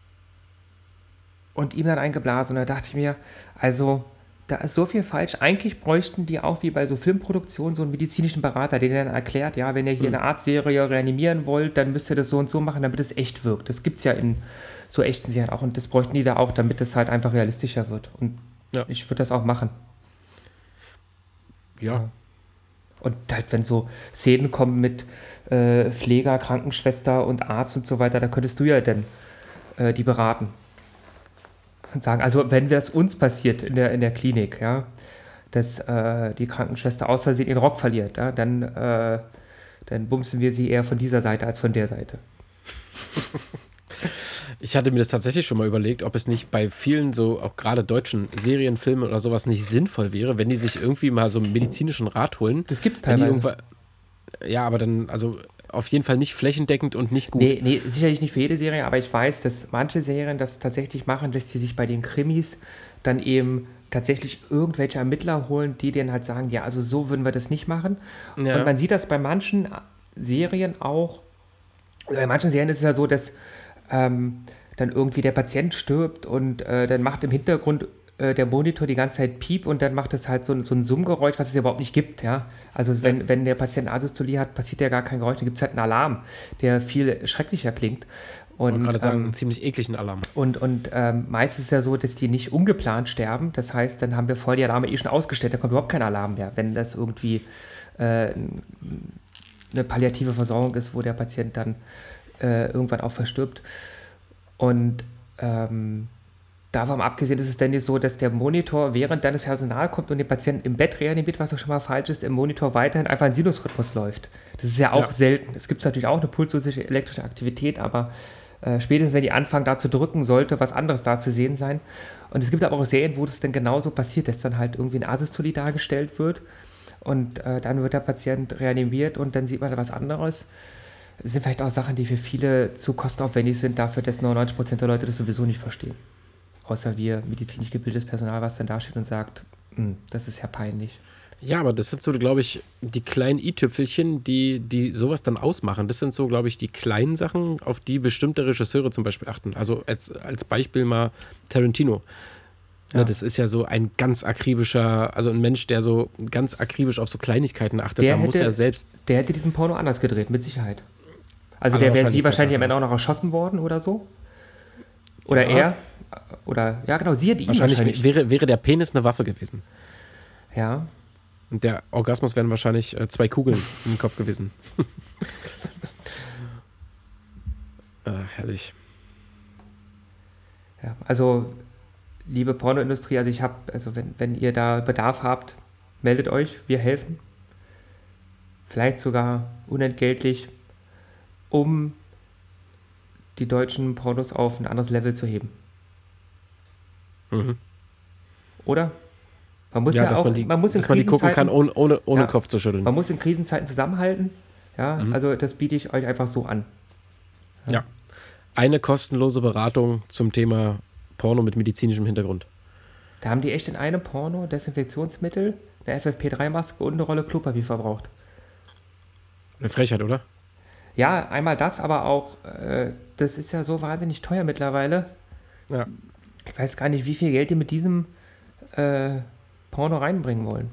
S1: und ihm dann eingeblasen. Und da dachte ich mir, also da ist so viel falsch. Eigentlich bräuchten die auch wie bei so Filmproduktionen so einen medizinischen Berater, der dann erklärt, ja, wenn ihr hier mhm. eine Arztserie reanimieren wollt, dann müsst ihr das so und so machen, damit es echt wirkt. Das gibt es ja in so echten Serien auch und das bräuchten die da auch, damit es halt einfach realistischer wird. Und ja. ich würde das auch machen.
S2: Ja.
S1: Und halt, wenn so Szenen kommen mit äh, Pfleger, Krankenschwester und Arzt und so weiter, da könntest du ja dann äh, die beraten. Und sagen, also wenn das uns passiert in der, in der Klinik, ja, dass äh, die Krankenschwester aus Versehen ihren Rock verliert, ja, dann, äh, dann bumsen wir sie eher von dieser Seite als von der Seite.
S2: Ich hatte mir das tatsächlich schon mal überlegt, ob es nicht bei vielen so, auch gerade deutschen Serienfilmen oder sowas nicht sinnvoll wäre, wenn die sich irgendwie mal so einen medizinischen Rat holen.
S1: Das gibt's teilweise.
S2: Ja, aber dann, also auf jeden Fall nicht flächendeckend und nicht gut.
S1: Nee, nee, sicherlich nicht für jede Serie, aber ich weiß, dass manche Serien das tatsächlich machen, dass die sich bei den Krimis dann eben tatsächlich irgendwelche Ermittler holen, die denen halt sagen, ja, also so würden wir das nicht machen. Ja. Und man sieht das bei manchen Serien auch, bei manchen Serien ist es ja so, dass ähm, dann irgendwie der Patient stirbt und äh, dann macht im Hintergrund äh, der Monitor die ganze Zeit piept und dann macht es halt so, so ein Summgeräusch, was es ja überhaupt nicht gibt. Ja? Also wenn, wenn der Patient Asystolie hat, passiert ja gar kein Geräusch, dann gibt es halt einen Alarm, der viel schrecklicher klingt. Und,
S2: ich wollte gerade sagen,
S1: ähm,
S2: einen ziemlich ekligen Alarm.
S1: Und, und ähm, meistens ist es ja so, dass die nicht ungeplant sterben. Das heißt, dann haben wir voll die Alarme eh schon ausgestellt, da kommt überhaupt kein Alarm mehr, wenn das irgendwie äh, eine palliative Versorgung ist, wo der Patient dann äh, irgendwann auch verstirbt. Und ähm, davon abgesehen ist es dann nicht so, dass der Monitor, während dann das Personal kommt und den Patienten im Bett reanimiert, was auch schon mal falsch ist, im Monitor weiterhin einfach ein Sinusrhythmus läuft. Das ist ja auch ja. selten. Es gibt natürlich auch eine pulslose elektrische Aktivität, aber äh, spätestens, wenn die anfangen, da zu drücken, sollte was anderes da zu sehen sein. Und es gibt aber auch Serien, wo das dann genauso passiert, dass dann halt irgendwie eine Asystolie dargestellt wird und äh, dann wird der Patient reanimiert und dann sieht man was anderes. Das sind vielleicht auch Sachen, die für viele zu kostenaufwendig sind, dafür, dass neunundneunzig Prozent der Leute das sowieso nicht verstehen. Außer wir medizinisch gebildetes Personal, was dann da steht und sagt, das ist ja peinlich.
S2: Ja, aber das sind so, glaube ich, die kleinen i-Tüpfelchen, die, die sowas dann ausmachen. Das sind so, glaube ich, die kleinen Sachen, auf die bestimmte Regisseure zum Beispiel achten. Also als, als Beispiel mal Tarantino. Ja. Ja, das ist ja so ein ganz akribischer, also ein Mensch, der so ganz akribisch auf so Kleinigkeiten achtet.
S1: Der
S2: da
S1: hätte,
S2: muss er selbst.
S1: Der hätte diesen Porno anders gedreht, mit Sicherheit. Also der wäre sie wahrscheinlich am Ende auch noch erschossen worden oder so. Oder ja. er. Oder, ja genau, sie hat ihn
S2: wahrscheinlich.
S1: wahrscheinlich.
S2: Wäre, wäre der Penis eine Waffe gewesen.
S1: Ja.
S2: Und der Orgasmus wären wahrscheinlich äh, zwei Kugeln im Kopf gewesen. äh, herrlich.
S1: Ja, also, liebe Pornoindustrie, also ich habe, also wenn, wenn ihr da Bedarf habt, meldet euch, wir helfen. Vielleicht sogar unentgeltlich, um die deutschen Pornos auf ein anderes Level zu heben.
S2: Mhm.
S1: Oder? Man muss ja, ja
S2: dass
S1: auch,
S2: man die,
S1: man muss in
S2: dass man die gucken kann, ohne, ohne, ohne
S1: ja,
S2: Kopf zu schütteln.
S1: Man muss in Krisenzeiten zusammenhalten. Ja,
S2: mhm.
S1: also das biete ich euch einfach so an.
S2: Ja. ja. Eine kostenlose Beratung zum Thema Porno mit medizinischem Hintergrund.
S1: Da haben die echt in einem Porno Desinfektionsmittel, eine F F P drei Maske und eine Rolle Klopapier verbraucht.
S2: Eine Frechheit, oder?
S1: Ja, einmal das, aber auch, äh, das ist ja so wahnsinnig teuer mittlerweile.
S2: Ja.
S1: Ich weiß gar nicht, wie viel Geld die mit diesem äh, Porno reinbringen wollen.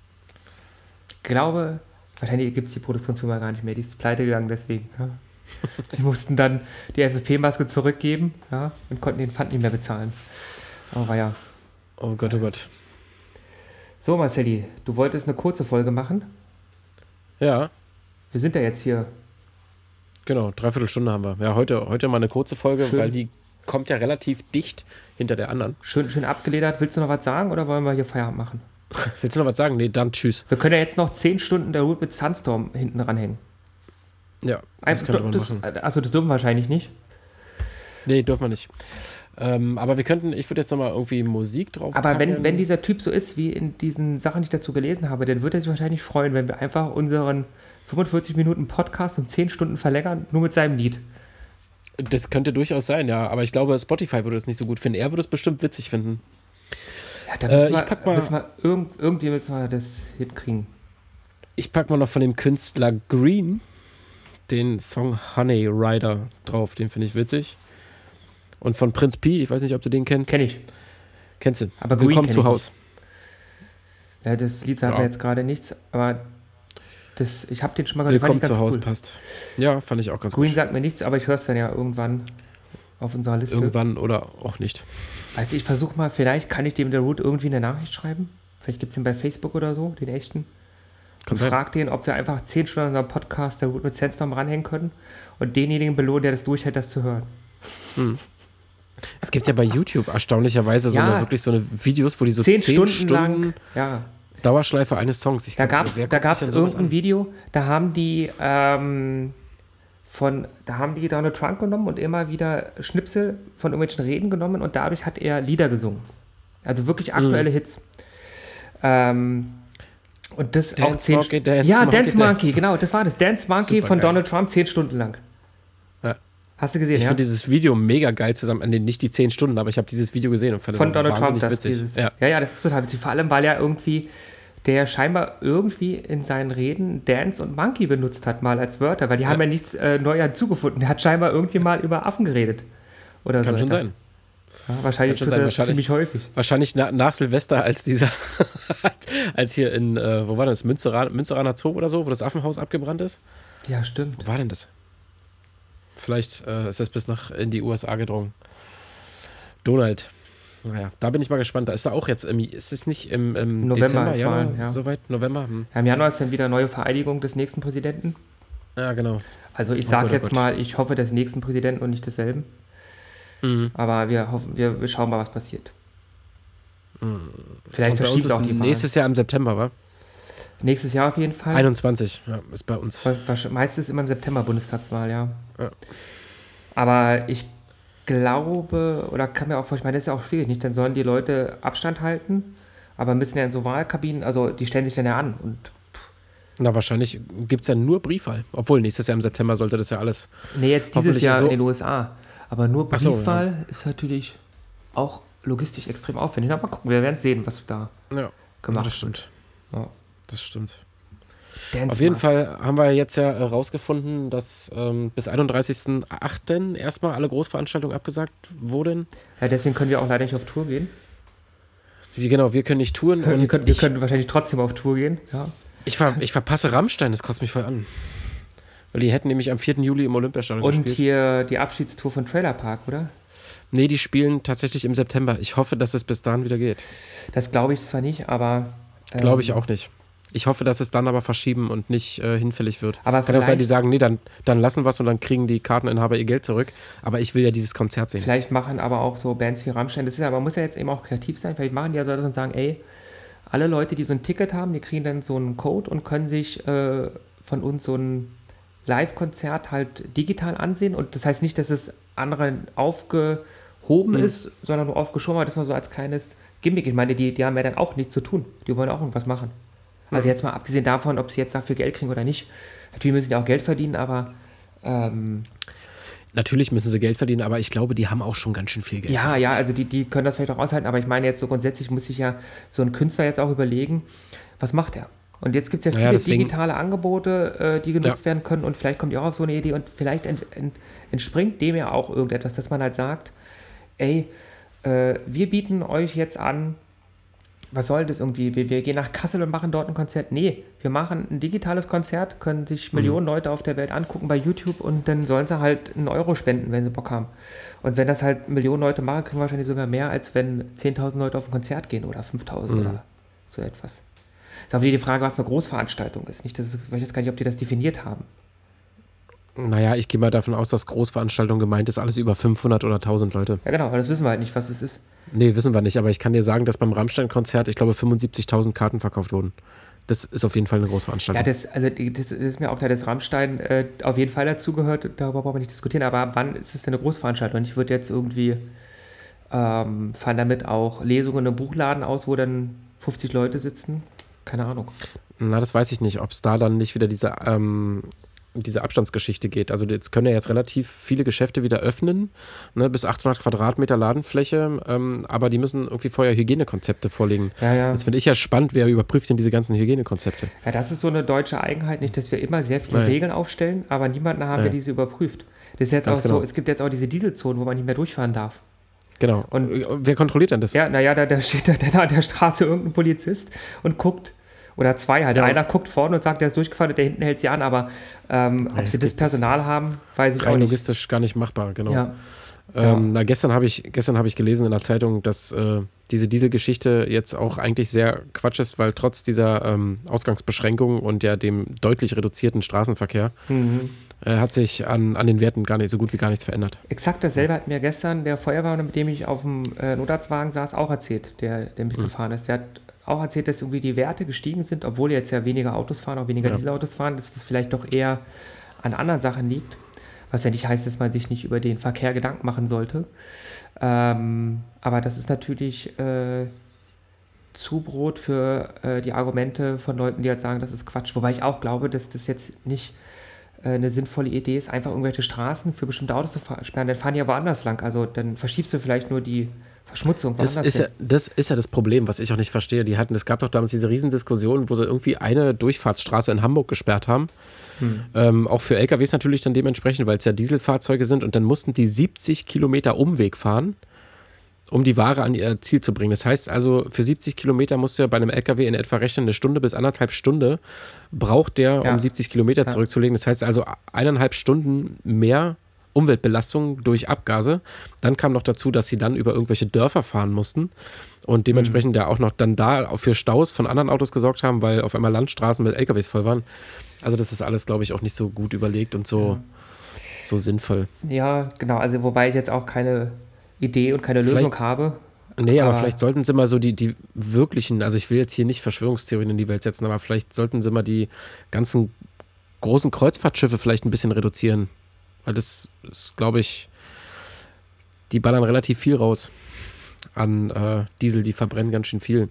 S1: Ich glaube, wahrscheinlich gibt es die Produktionsfirma gar nicht mehr, die ist pleite gegangen deswegen. Ja. Die mussten dann die F F P-Maske zurückgeben, ja, und konnten den Pfand nicht mehr bezahlen. Aber ja.
S2: Oh Gott, oh Gott.
S1: So, Marcelli, du wolltest eine kurze Folge machen?
S2: Ja.
S1: Wir sind ja jetzt hier.
S2: Genau, dreiviertel Stunde haben wir. Ja, heute, heute mal eine kurze Folge,
S1: schön.
S2: Weil die kommt ja relativ dicht hinter der anderen.
S1: Schön, schön abgeledert. Willst du noch was sagen oder wollen wir hier Feierabend machen?
S2: Willst du noch was sagen? Nee, dann tschüss.
S1: Wir können ja jetzt noch zehn Stunden der Route mit Sunstorm hinten ranhängen.
S2: Ja, das
S1: also,
S2: könnte man
S1: das,
S2: machen.
S1: Achso, das dürfen wir wahrscheinlich nicht.
S2: Nee, dürfen wir nicht. Ähm, aber wir könnten, ich würde jetzt nochmal irgendwie Musik drauf
S1: Aber
S2: packen.
S1: wenn, wenn dieser Typ so ist, wie in diesen Sachen, die ich dazu gelesen habe, dann würde er sich wahrscheinlich freuen, wenn wir einfach unseren fünfundvierzig Minuten Podcast um zehn Stunden verlängern, nur mit seinem Lied.
S2: Das könnte durchaus sein, ja. Aber ich glaube, Spotify würde es nicht so gut finden. Er würde es bestimmt witzig finden.
S1: Ja, da müssen
S2: äh,
S1: wir,
S2: ich pack mal,
S1: müssen wir irgend, irgendwie müssen wir das hinkriegen.
S2: Ich pack mal noch von dem Künstler Green den Song Honey Rider drauf. Den finde ich witzig. Und von Prinz Pi, ich weiß nicht, ob du den kennst.
S1: Kenn ich.
S2: Kennst du?
S1: Aber
S2: Willkommen zu Hause.
S1: Ja, das Lied sagt
S2: ja.
S1: mir jetzt gerade nichts, aber das, ich habe den schon mal gehört.
S2: Willkommen zu Hause cool. Passt. Ja, fand ich auch ganz
S1: Green
S2: gut.
S1: sagt mir nichts, aber ich höre es dann ja irgendwann auf unserer Liste.
S2: Irgendwann oder auch nicht.
S1: Weißt du, ich versuche mal, vielleicht kann ich dem der Root irgendwie eine Nachricht schreiben. Vielleicht gibt es ihn bei Facebook oder so, den echten. Und frag den, ob wir einfach zehn Stunden an unserem Podcast der Root mit Sandstorm ranhängen können und denjenigen belohnen, der das durchhält, das zu hören.
S2: Hm. Es gibt ja bei YouTube erstaunlicherweise so
S1: ja,
S2: eine, wirklich so eine Videos, wo die so
S1: zehn,
S2: zehn
S1: Stunden,
S2: Stunden
S1: lang ja.
S2: Dauerschleife eines Songs. Ich
S1: da gab es irgendein an. Video, da haben die ähm, von, da haben die Donald Trump genommen und immer wieder Schnipsel von irgendwelchen Reden genommen und dadurch hat er Lieder gesungen. Also wirklich aktuelle mhm. Hits. Ähm, und das
S2: Dance
S1: auch zehn
S2: Monkey, Dance
S1: Ja,
S2: Monkey,
S1: Dance Monkey,
S2: Dance.
S1: genau, das war das. Dance Monkey
S2: Super
S1: von
S2: geil.
S1: Donald Trump zehn Stunden lang.
S2: Ja.
S1: Hast du gesehen,
S2: ich
S1: ja?
S2: Ich finde dieses Video mega geil zusammen, nee, nicht die zehn Stunden, aber ich habe dieses Video gesehen und fand
S1: von
S2: das
S1: Donald Trump,
S2: wahnsinnig
S1: das
S2: witzig.
S1: dieses,
S2: ja.
S1: ja, ja, das ist total witzig. Vor allem, weil er irgendwie, der scheinbar irgendwie in seinen Reden Dance und Monkey benutzt hat, mal als Wörter, weil die ja. haben ja nichts äh, neu hinzugefunden. Der hat scheinbar irgendwie mal über Affen geredet. Oder
S2: Kann
S1: so
S2: schon
S1: etwas.
S2: sein.
S1: Ja, wahrscheinlich tut er das ziemlich häufig.
S2: Wahrscheinlich na, nach Silvester, als dieser, als hier in, äh, wo war das, Münsteran, Münsteraner Zoo oder so, wo das Affenhaus abgebrannt ist?
S1: Ja, stimmt.
S2: Wo war denn das? Vielleicht äh, ist das bis nach in die U S A gedrungen. Donald. Naja, da bin ich mal gespannt. Da ist er auch jetzt, im, ist es nicht im, im
S1: November,
S2: Dezember,
S1: Januar,
S2: ja,
S1: ja.
S2: Soweit, November? Hm.
S1: Ja, im Januar ist dann wieder neue Vereidigung des nächsten Präsidenten.
S2: Ja, genau.
S1: Also ich
S2: Oh
S1: sage
S2: Gott, oh
S1: jetzt
S2: Gott.
S1: mal, ich hoffe des nächsten Präsidenten und nicht desselben.
S2: Mhm.
S1: Aber wir hoffen, wir, wir schauen mal, was passiert.
S2: Mhm.
S1: Vielleicht
S2: Und bei uns
S1: verschiebt
S2: ist
S1: auch die Wahl.
S2: nächstes Jahr im September, wa?
S1: Nächstes Jahr auf jeden Fall.
S2: einundzwanzig, ja, ist bei uns.
S1: Meistens immer im September Bundestagswahl, ja.
S2: Ja.
S1: Aber ich glaube, oder kann mir auch vorstellen, ich meine, das ist ja auch schwierig, nicht? Dann sollen die Leute Abstand halten, aber müssen ja in so Wahlkabinen, also die stellen sich dann ja an und
S2: Na, wahrscheinlich gibt es ja nur Briefwahl. Obwohl, nächstes Jahr im September sollte das ja alles.
S1: nee, jetzt dieses
S2: hoffentlich
S1: Jahr
S2: so-
S1: in den U S A. Aber nur
S2: Ach so,
S1: Briefwahl
S2: ja.
S1: ist natürlich auch logistisch extrem aufwendig. Na, mal gucken, wir werden sehen, was da
S2: Ja,
S1: gemacht
S2: das stimmt.
S1: wird. Ja.
S2: Das stimmt.
S1: Dance
S2: Auf jeden
S1: Smart.
S2: Fall haben wir jetzt ja herausgefunden, dass ähm, bis einunddreißigsten achten erstmal alle Großveranstaltungen abgesagt wurden.
S1: Ja, deswegen können wir auch leider nicht auf Tour gehen.
S2: Wie genau, wir können nicht touren.
S1: Wir
S2: und
S1: können, wir
S2: ich,
S1: können wahrscheinlich trotzdem auf Tour gehen. Ja.
S2: ich, ver, ich verpasse Rammstein, das kotzt mich voll an. Weil die hätten nämlich am vierten Juli im Olympiastadion
S1: Und
S2: gespielt.
S1: hier die Abschiedstour von Trailer Park, oder?
S2: Nee, die spielen tatsächlich im September. Ich hoffe, dass es bis dahin wieder geht.
S1: Das glaube ich zwar nicht, aber... ähm,
S2: Glaube ich auch nicht. Ich hoffe, dass es dann aber verschieben und nicht äh, hinfällig wird.
S1: Aber
S2: Kann auch sein,
S1: vielleicht-
S2: die sagen, nee, dann, dann lassen wir es und dann kriegen die Karteninhaber ihr Geld zurück. Aber ich will ja dieses Konzert sehen.
S1: Vielleicht machen aber auch so Bands wie Rammstein, das ist ja, man muss ja jetzt eben auch kreativ sein, vielleicht machen die ja so und sagen, ey, alle Leute, die so ein Ticket haben, die kriegen dann so einen Code und können sich äh, von uns so ein Live-Konzert halt digital ansehen. Und das heißt nicht, dass es anderen aufgehoben
S2: Mhm.
S1: ist, sondern nur aufgeschoben, aber das ist nur so als kleines Gimmick. Ich meine, die, die haben ja dann auch nichts zu tun. Die wollen auch irgendwas machen. Also jetzt mal abgesehen davon, ob sie jetzt dafür Geld kriegen oder nicht. Natürlich müssen die auch Geld verdienen, aber ähm,
S2: Natürlich müssen sie Geld verdienen, aber ich glaube, die haben auch schon ganz schön viel Geld.
S1: ja, ja, also die, die können das vielleicht auch aushalten, aber ich meine jetzt so grundsätzlich muss sich ja so ein Künstler jetzt auch überlegen, was macht er? Und jetzt gibt es ja
S2: Naja,
S1: viele
S2: deswegen-
S1: digitale Angebote, äh, die genutzt
S2: Ja.
S1: werden können und vielleicht kommt ihr auch auf so eine Idee und vielleicht ent, ent, entspringt dem ja auch irgendetwas, dass man halt sagt, ey, äh, wir bieten euch jetzt an, was soll das irgendwie, wir, wir gehen nach Kassel und machen dort ein Konzert. Nee, wir machen ein digitales Konzert, können sich Millionen Leute auf der Welt angucken bei YouTube und dann sollen sie halt einen Euro spenden, wenn sie Bock haben. Und wenn das halt Millionen Leute machen, kriegen wir wahrscheinlich sogar mehr, als wenn zehntausend Leute auf ein Konzert gehen oder fünftausend
S2: Mhm.
S1: oder so etwas. Ist auch wieder die Frage, was eine Großveranstaltung ist. Nicht, dass, ich weiß jetzt gar nicht, ob die das definiert haben.
S2: Naja, ich gehe mal davon aus, dass Großveranstaltung gemeint ist, alles über fünfhundert oder tausend Leute.
S1: Ja genau, aber das wissen wir halt nicht, was es ist.
S2: Nee, wissen wir nicht, aber ich kann dir sagen, dass beim Rammstein-Konzert, ich glaube, fünfundsiebzigtausend Karten verkauft wurden. Das ist auf jeden Fall eine Großveranstaltung.
S1: Ja, das, also die- das ist mir auch klar, dass Rammstein äh, auf jeden Fall dazugehört, darüber brauchen wir nicht diskutieren, aber wann ist es denn eine Großveranstaltung? Und ich würde jetzt irgendwie, ähm, fallen damit auch Lesungen im Buchladen aus, wo dann fünfzig Leute sitzen? Keine Ahnung.
S2: Na, das weiß ich nicht, ob es da dann nicht wieder diese, ähm, diese Abstandsgeschichte geht. Also jetzt können ja jetzt relativ viele Geschäfte wieder öffnen, ne, bis achthundert Quadratmeter Ladenfläche, ähm, aber die müssen irgendwie vorher Hygienekonzepte vorlegen.
S1: Ja, ja.
S2: Das finde ich ja spannend, wer überprüft denn diese ganzen Hygienekonzepte?
S1: Ja, das ist so eine deutsche Eigenheit, nicht, dass wir immer sehr viele
S2: Nein.
S1: Regeln aufstellen, aber niemanden haben,
S2: Ja.
S1: der diese überprüft. Das ist jetzt
S2: Ganz
S1: auch so,
S2: genau.
S1: es gibt jetzt auch diese Dieselzonen, wo man nicht mehr durchfahren darf.
S2: Genau.
S1: Und-
S2: Und wer kontrolliert denn das?
S1: Ja, naja, da, da steht da dann an der Straße irgendein Polizist und guckt, oder zwei halt.
S2: Ja.
S1: Einer guckt vorne und sagt, der ist durchgefahren und der hinten hält sie an, aber ähm, ob
S2: es
S1: sie das
S2: gibt- das
S1: Personal
S2: ist
S1: haben, weiß ich auch
S2: Rein
S1: nicht.
S2: logistisch gar nicht machbar, genau.
S1: Ja.
S2: Ähm, na, gestern habe ich, gestern habe ich gelesen in der Zeitung, dass äh, diese Dieselgeschichte jetzt auch eigentlich sehr Quatsch ist, weil trotz dieser ähm, Ausgangsbeschränkungen und ja dem deutlich reduzierten Straßenverkehr
S1: Mhm.
S2: äh, hat sich an, an den Werten gar nicht so gut wie gar nichts verändert.
S1: Exakt dasselbe hat mir gestern der Feuerwehrmann, mit dem ich auf dem äh, Notarztwagen saß, auch erzählt, der, der
S2: Hm.
S1: mitgefahren ist. Der hat auch erzählt, dass irgendwie die Werte gestiegen sind, obwohl jetzt ja weniger Autos fahren, auch weniger
S2: Ja.
S1: Dieselautos fahren, dass das vielleicht doch eher an anderen Sachen liegt. Was ja nicht heißt, dass man sich nicht über den Verkehr Gedanken machen sollte. Ähm, aber das ist natürlich äh, Zubrot für äh, die Argumente von Leuten, die halt sagen, das ist Quatsch. Wobei ich auch glaube, dass das jetzt nicht äh, eine sinnvolle Idee ist, einfach irgendwelche Straßen für bestimmte Autos zu fahr- sperren. Dann fahren die ja woanders lang. Also dann verschiebst du vielleicht nur die Verschmutzung
S2: Das
S1: woanders
S2: ist, ja,
S1: hin.
S2: das ist ja das Problem, was ich auch nicht verstehe. Die hatten, es gab doch damals diese Riesendiskussion, wo sie irgendwie eine Durchfahrtsstraße in Hamburg gesperrt haben.
S1: Hm.
S2: Ähm, auch für L K Ws natürlich dann dementsprechend, weil es ja Dieselfahrzeuge sind und dann mussten die siebzig Kilometer Umweg fahren, um die Ware an ihr Ziel zu bringen. Das heißt also, für siebzig Kilometer musst du ja bei einem L K W in etwa rechnen, eine Stunde bis anderthalb Stunde braucht der,
S1: Ja.
S2: um siebzig Kilometer
S1: Ja.
S2: zurückzulegen. Das heißt also, eineinhalb Stunden mehr Umweltbelastung durch Abgase. Dann kam noch dazu, dass sie dann über irgendwelche Dörfer fahren mussten und dementsprechend ja auch noch dann da auch für Staus von anderen Autos gesorgt haben, weil auf einmal Landstraßen mit L K Ws voll waren. Also das ist alles, glaube ich, auch nicht so gut überlegt und so, so sinnvoll.
S1: Ja, genau. Also wobei ich jetzt auch keine Idee und keine
S2: Vielleicht-
S1: Lösung habe.
S2: Nee, aber,
S1: Aber-
S2: vielleicht sollten sie mal so die, die wirklichen, also ich will jetzt hier nicht Verschwörungstheorien in die Welt setzen, aber vielleicht sollten sie mal die ganzen großen Kreuzfahrtschiffe vielleicht ein bisschen reduzieren. Weil das ist, glaube ich, die ballern relativ viel raus an äh, Diesel, die verbrennen ganz schön viel.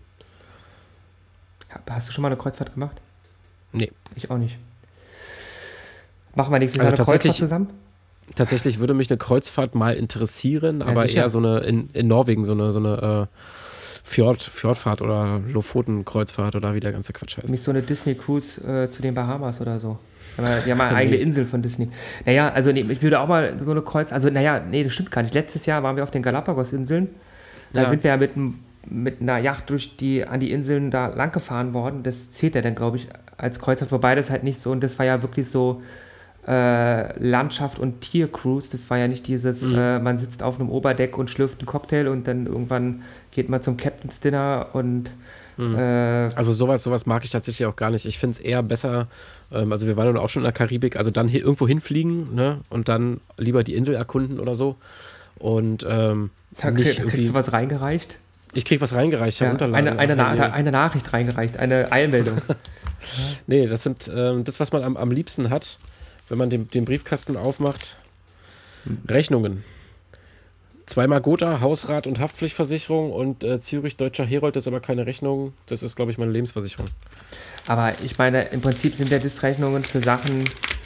S1: Hast du schon mal eine Kreuzfahrt gemacht?
S2: Nee.
S1: Ich auch nicht. Machen wir nächstes
S2: Also
S1: Jahr eine Kreuzfahrt
S2: tatsächlich-
S1: zusammen?
S2: Tatsächlich würde mich eine Kreuzfahrt mal interessieren, aber
S1: sicher.
S2: eher so eine in, in Norwegen, so eine, so eine äh, Fjord, Fjordfahrt oder Lofoten-Kreuzfahrt oder wie der ganze Quatsch heißt.
S1: Nicht so eine Disney-Cruise äh, zu den Bahamas oder so. Die haben ja- die haben ja eine eigene
S2: Nee.
S1: Insel von Disney. Naja, also nee, ich würde auch mal so eine Kreuz... Also naja, nee, das stimmt gar nicht. Letztes Jahr waren wir auf den Galapagos-Inseln. Da
S2: Ja.
S1: sind wir ja mit, einem- mit einer Yacht durch die, an die Inseln da lang gefahren worden. Das zählt ja dann, glaube ich, als Kreuzfahrt. Wobei das halt nicht so... Und das war ja wirklich so... Äh, Landschaft- und Tier-Cruise, das war ja nicht dieses,
S2: Mhm.
S1: äh, man sitzt auf einem Oberdeck und schlürft einen Cocktail und dann irgendwann geht man zum Captain's Dinner und
S2: Mhm.
S1: äh,
S2: Also sowas, sowas mag ich tatsächlich auch gar nicht. Ich finde es eher besser, ähm, also wir waren auch schon in der Karibik, also dann hier irgendwo hinfliegen, ne? Und dann lieber die Insel erkunden oder so. Und ähm,
S1: da
S2: nicht
S1: krieg, kriegst
S2: irgendwie,
S1: du was reingereicht.
S2: ich krieg was reingereicht,
S1: Ja,
S2: herunterladen.
S1: eine, eine,
S2: Ach,
S1: Na
S2: nee.
S1: eine Nachricht reingereicht, eine Eilmeldung.
S2: Nee, das sind ähm, das, was man am, am liebsten hat, wenn man den, den Briefkasten aufmacht. Rechnungen. Zweimal Gotha, Hausrat und Haftpflichtversicherung und äh, Zürich Deutscher Herold ist aber keine Rechnung. Das ist, glaube ich, meine Lebensversicherung.
S1: Aber ich meine, im Prinzip sind ja Distrechnungen für Sachen,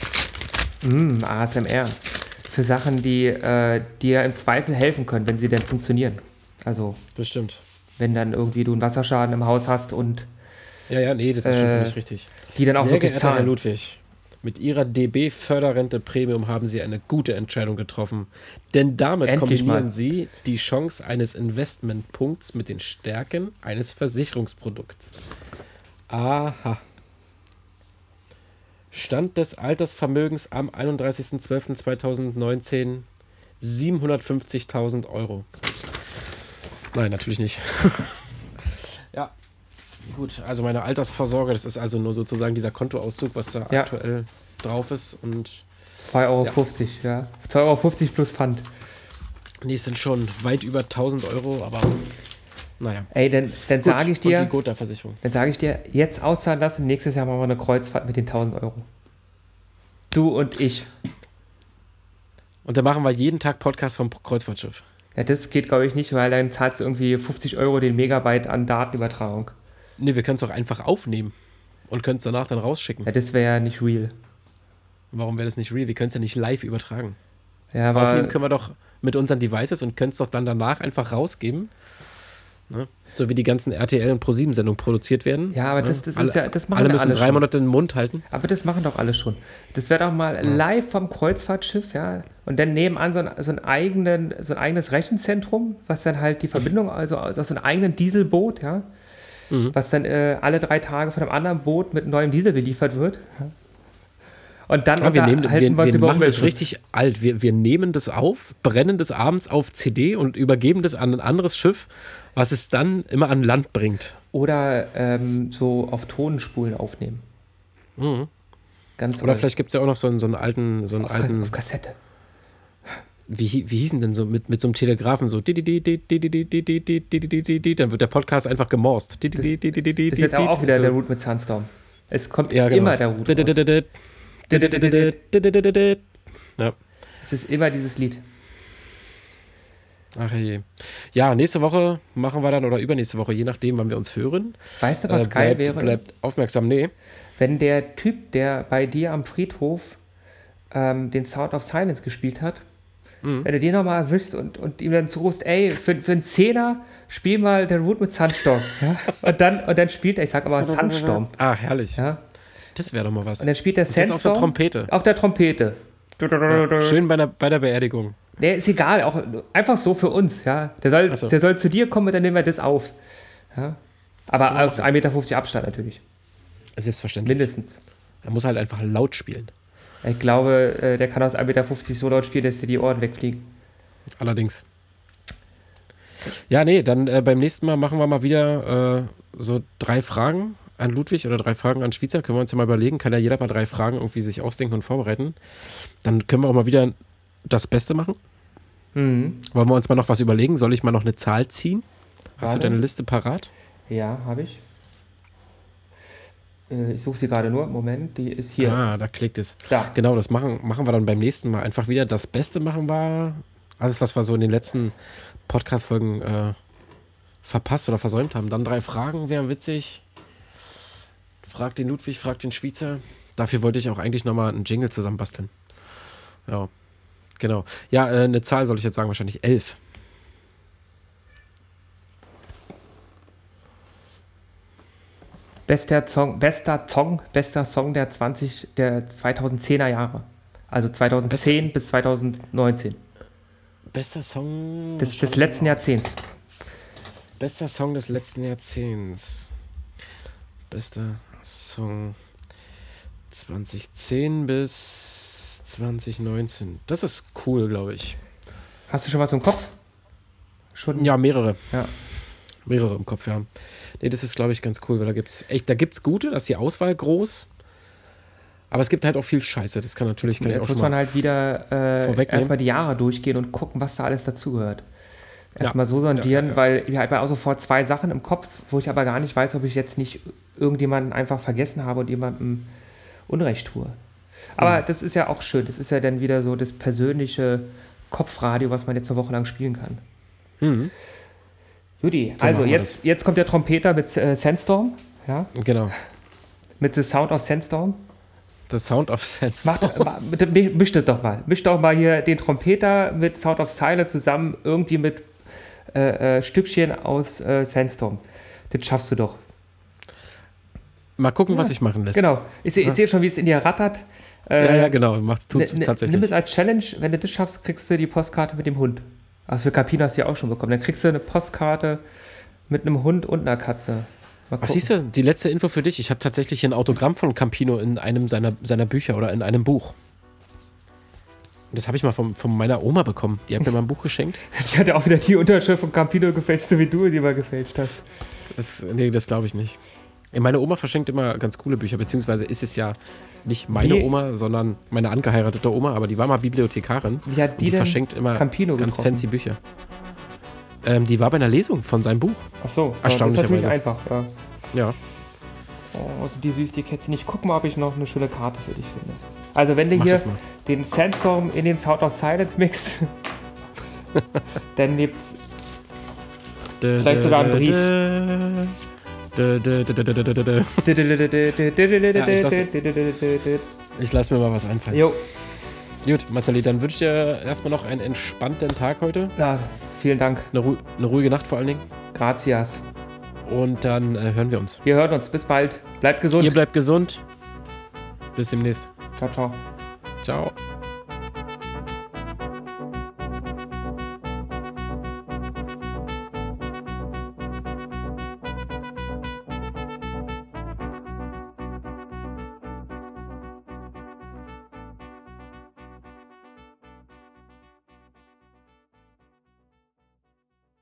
S1: mh, A S M R, für Sachen, die äh, dir im Zweifel helfen können, wenn sie denn funktionieren. Also,
S2: Das stimmt.
S1: wenn dann irgendwie du einen Wasserschaden im Haus hast und
S2: Ja, ja, nee, das ist schon
S1: Äh,
S2: für mich richtig.
S1: die dann auch
S2: Sehr
S1: wirklich
S2: geehrter Herr
S1: zahlen.
S2: Ludwig, mit Ihrer D B-Förderrente Premium haben Sie eine gute Entscheidung getroffen. Denn damit
S1: Endlich
S2: kombinieren
S1: mal.
S2: Sie die Chance eines Investmentpunkts mit den Stärken eines Versicherungsprodukts. Aha. Stand des Altersvermögens am einunddreißigsten zwölften zweitausendneunzehn siebenhundertfünfzigtausend Euro. Nein, natürlich nicht. Ja, gut. Also meine Altersvorsorge, das ist also nur sozusagen dieser Kontoauszug, was da
S1: Ja.
S2: aktuell drauf ist. Und
S1: zwei Euro fünfzig, ja. zwei Euro fünfzig plus Pfand.
S2: nee, es sind schon weit über tausend Euro, aber naja.
S1: Ey, dann, dann
S2: Gut,
S1: sage ich
S2: und die
S1: dir,
S2: Gotha-Versicherung.
S1: dann sage ich dir, jetzt auszahlen lassen, nächstes Jahr machen wir eine Kreuzfahrt mit den tausend Euro. Du und ich.
S2: Und dann machen wir jeden Tag Podcast vom Kreuzfahrtschiff.
S1: Ja, das geht, glaube ich, nicht, weil dann zahlst du irgendwie fünfzig Euro den Megabyte an Datenübertragung.
S2: Nee, wir können es doch einfach aufnehmen und können es danach dann rausschicken.
S1: Ja, das wäre ja nicht real.
S2: Warum wäre das nicht real? Wir können es ja nicht live übertragen.
S1: Ja, aber
S2: Aufnehmen können wir doch mit unseren Devices und können es doch dann danach einfach rausgeben. Ne? So wie die ganzen R T L- und ProSieben-Sendungen produziert werden.
S1: Ja, aber
S2: ne?
S1: das- das ist
S2: alle,
S1: ja- das machen
S2: Alle
S1: ja
S2: müssen
S1: alle
S2: drei
S1: schon.
S2: Monate den Mund halten.
S1: Aber das machen doch alle schon. Das wäre doch mal live vom Kreuzfahrtschiff, ja. Und dann nebenan so ein, so, ein eigenen, so ein eigenes Rechenzentrum, was dann halt die Verbindung, also aus so einem eigenen Dieselboot, ja,
S2: Mhm.
S1: was dann äh, alle drei Tage von einem anderen Boot mit neuem Diesel beliefert wird. Ja. Und dann
S2: Ja, wir nehmen, wir,
S1: unterhalten wir uns
S2: wir
S1: über
S2: machen das
S1: Umweltschutz.
S2: richtig alt. Wir, wir nehmen das auf, brennen das abends auf C D und übergeben das an ein anderes Schiff, was es dann immer an Land bringt.
S1: Oder ähm, so auf Tonspulen aufnehmen.
S2: Mhm.
S1: Ganz
S2: Oder
S1: old.
S2: vielleicht gibt es ja auch noch so einen, so einen alten, so einen
S1: auf,
S2: alten,
S1: auf Kassette.
S2: wie, hi- wie hießen denn so, mit, mit so einem Telegrafen so, di- di- di- di- di- di- di- di- di- di- di- di- di- di- dann wird der Podcast einfach gemorst. Di- di- di- di- di- di- di-
S1: Das ist jetzt
S2: di-
S1: aber auch wieder
S2: so.
S1: der Root mit Sandstorm. Es kommt
S2: Ja, genau.
S1: immer der Root raus.
S2: Ja.
S1: Es ist immer dieses Lied.
S2: Ach je. Ja, nächste Woche machen wir dann oder übernächste Woche, je nachdem, wann wir uns hören.
S1: Weißt du, was
S2: Äh,
S1: geil
S2: bleibt,
S1: wäre?
S2: Bleibt aufmerksam. Nee.
S1: Wenn der Typ, der bei dir am Friedhof ähm, den Sound of Silence gespielt hat,
S2: Mhm.
S1: wenn du den nochmal erwischst und, und ihm dann zurufst, ey, für, für einen Zehner spiel mal der Root mit Sandstorm. Ja? Und, dann, und dann spielt er, ich sag aber Sandstorm.
S2: Ah, herrlich.
S1: Ja?
S2: Das wäre doch mal was.
S1: Und dann spielt der
S2: Und das
S1: Sandstorm
S2: auf der Trompete.
S1: Auf der Trompete.
S2: Ja, schön bei der, bei der Beerdigung.
S1: Der ist egal, auch einfach so für uns, ja. Der soll, so. der soll zu dir kommen und dann nehmen wir das auf. Ja? Aber aus ein Meter fünfzig Abstand natürlich.
S2: Selbstverständlich.
S1: Mindestens.
S2: Er muss halt einfach laut spielen.
S1: Ich glaube, der kann aus ein Meter fünfzig so laut spielen, dass dir die Ohren wegfliegen.
S2: Allerdings. Ja, nee, dann äh, beim nächsten Mal machen wir mal wieder äh, so drei Fragen an Ludwig oder drei Fragen an Schweizer. Können wir uns ja mal überlegen. Kann ja jeder mal drei Fragen irgendwie sich ausdenken und vorbereiten. Dann können wir auch mal wieder das Beste machen.
S1: Mhm.
S2: Wollen wir uns mal noch was überlegen? Soll ich mal noch eine Zahl ziehen? Hast
S1: Warte.
S2: du deine Liste parat?
S1: Ja, habe ich. Äh, ich suche sie gerade nur. Moment, die ist hier.
S2: Ah, da klickt es.
S1: Da.
S2: Genau, das machen, machen wir dann beim nächsten Mal. Einfach wieder das Beste machen wir. Alles, was wir so in den letzten Podcast-Folgen äh, verpasst oder versäumt haben. Dann drei Fragen, wäre witzig. Frag den Ludwig, frag den Schweizer. Dafür wollte ich auch eigentlich nochmal einen Jingle zusammenbasteln. Ja, genau. Ja, äh, eine Zahl soll ich jetzt sagen, wahrscheinlich elf.
S1: Bester Song, bester Song, bester Song der zwanzig, der zweitausendzehner Jahre. Also zweitausendzehn Best- bis zweitausendneunzehn.
S2: Bester Song
S1: des, des letzten Jahrzehnts.
S2: Bester Song des letzten Jahrzehnts. Bester Song zweitausendzehn bis zweitausendneunzehn. Das ist cool, glaube ich.
S1: Hast du schon was im Kopf? Schon?
S2: Ja, mehrere.
S1: Ja.
S2: Mehrere im Kopf, ja. Nee, das ist, glaube ich, ganz cool, weil da gibt's echt, da gibt's gute, da ist die Auswahl groß. Aber es gibt halt auch viel Scheiße. Das kann natürlich kann
S1: Jetzt
S2: ich auch
S1: muss
S2: schon
S1: man halt wieder äh, erstmal die Jahre durchgehen und gucken, was da alles dazugehört. Erstmal ja. so sondieren, ja, ja, ja. weil ich habe auch sofort zwei Sachen im Kopf, wo ich aber gar nicht weiß, ob ich jetzt nicht irgendjemanden einfach vergessen habe und jemandem Unrecht tue. Aber mhm. das ist ja auch schön. Das ist ja dann wieder so das persönliche Kopfradio, was man jetzt eine Woche lang spielen kann.
S2: Mhm.
S1: Judy, so also jetzt, jetzt kommt der Trompeter mit äh, Sandstorm. Ja?
S2: Genau.
S1: Mit The Sound of Sandstorm.
S2: The Sound of Sandstorm.
S1: Mach doch, bitte, misch das doch mal. Misch doch mal hier den Trompeter mit Sound of Silence zusammen, irgendwie mit äh, äh, Stückchen aus äh, Sandstorm. Das schaffst du doch.
S2: Mal gucken,
S1: ja.
S2: was ich machen lässt.
S1: Genau. Ich sehe ja. seh schon, wie es in dir rattert.
S2: Äh, ja, ja, genau. Macht's, tut's
S1: n- n-
S2: tatsächlich.
S1: Nimm es als Challenge. Wenn du das schaffst, kriegst du die Postkarte mit dem Hund. Also für Campino hast du ja auch schon bekommen. Dann kriegst du eine Postkarte mit einem Hund und einer Katze.
S2: Was siehst du? Die letzte Info für dich. Ich habe tatsächlich ein Autogramm von Campino in einem seiner, seiner Bücher oder in einem Buch. Und das habe ich mal von, von meiner Oma bekommen. Die hat mir mal ein Buch geschenkt.
S1: Die hat ja auch wieder die Unterschrift von Campino gefälscht, so wie du sie mal gefälscht hast.
S2: Das, nee, das glaube ich nicht. Meine Oma verschenkt immer ganz coole Bücher, beziehungsweise ist es ja nicht meine wie? Oma, sondern meine angeheiratete Oma, aber die war mal Bibliothekarin.
S1: Wie hat die,
S2: die
S1: denn
S2: verschenkt immer
S1: Campino
S2: ganz
S1: getroffen?
S2: fancy Bücher. Ähm, die war bei einer Lesung von seinem Buch.
S1: Ach so,
S2: erstaunlicherweise.
S1: Das ist natürlich einfach, ja.
S2: Ja.
S1: Oh, also die süß, die Kätzchen. Ich guck mal, ob ich noch eine schöne Karte für dich finde. Also wenn du Mach hier den Sandstorm in den Sound of Silence mixt, dann gibt's vielleicht sogar einen Brief.
S2: Ich lasse mir mal was einfallen.
S1: Jo.
S2: Gut, Marceli, dann wünsche ich dir erstmal noch einen entspannten Tag heute.
S1: Ja, vielen Dank.
S2: Eine, ru- eine ruhige Nacht vor allen Dingen.
S1: Gracias.
S2: Und dann äh, hören wir uns.
S1: Wir hören uns. Bis bald. Bleibt gesund.
S2: Ihr bleibt gesund. Bis demnächst.
S1: Ciao, ciao.
S2: Ciao.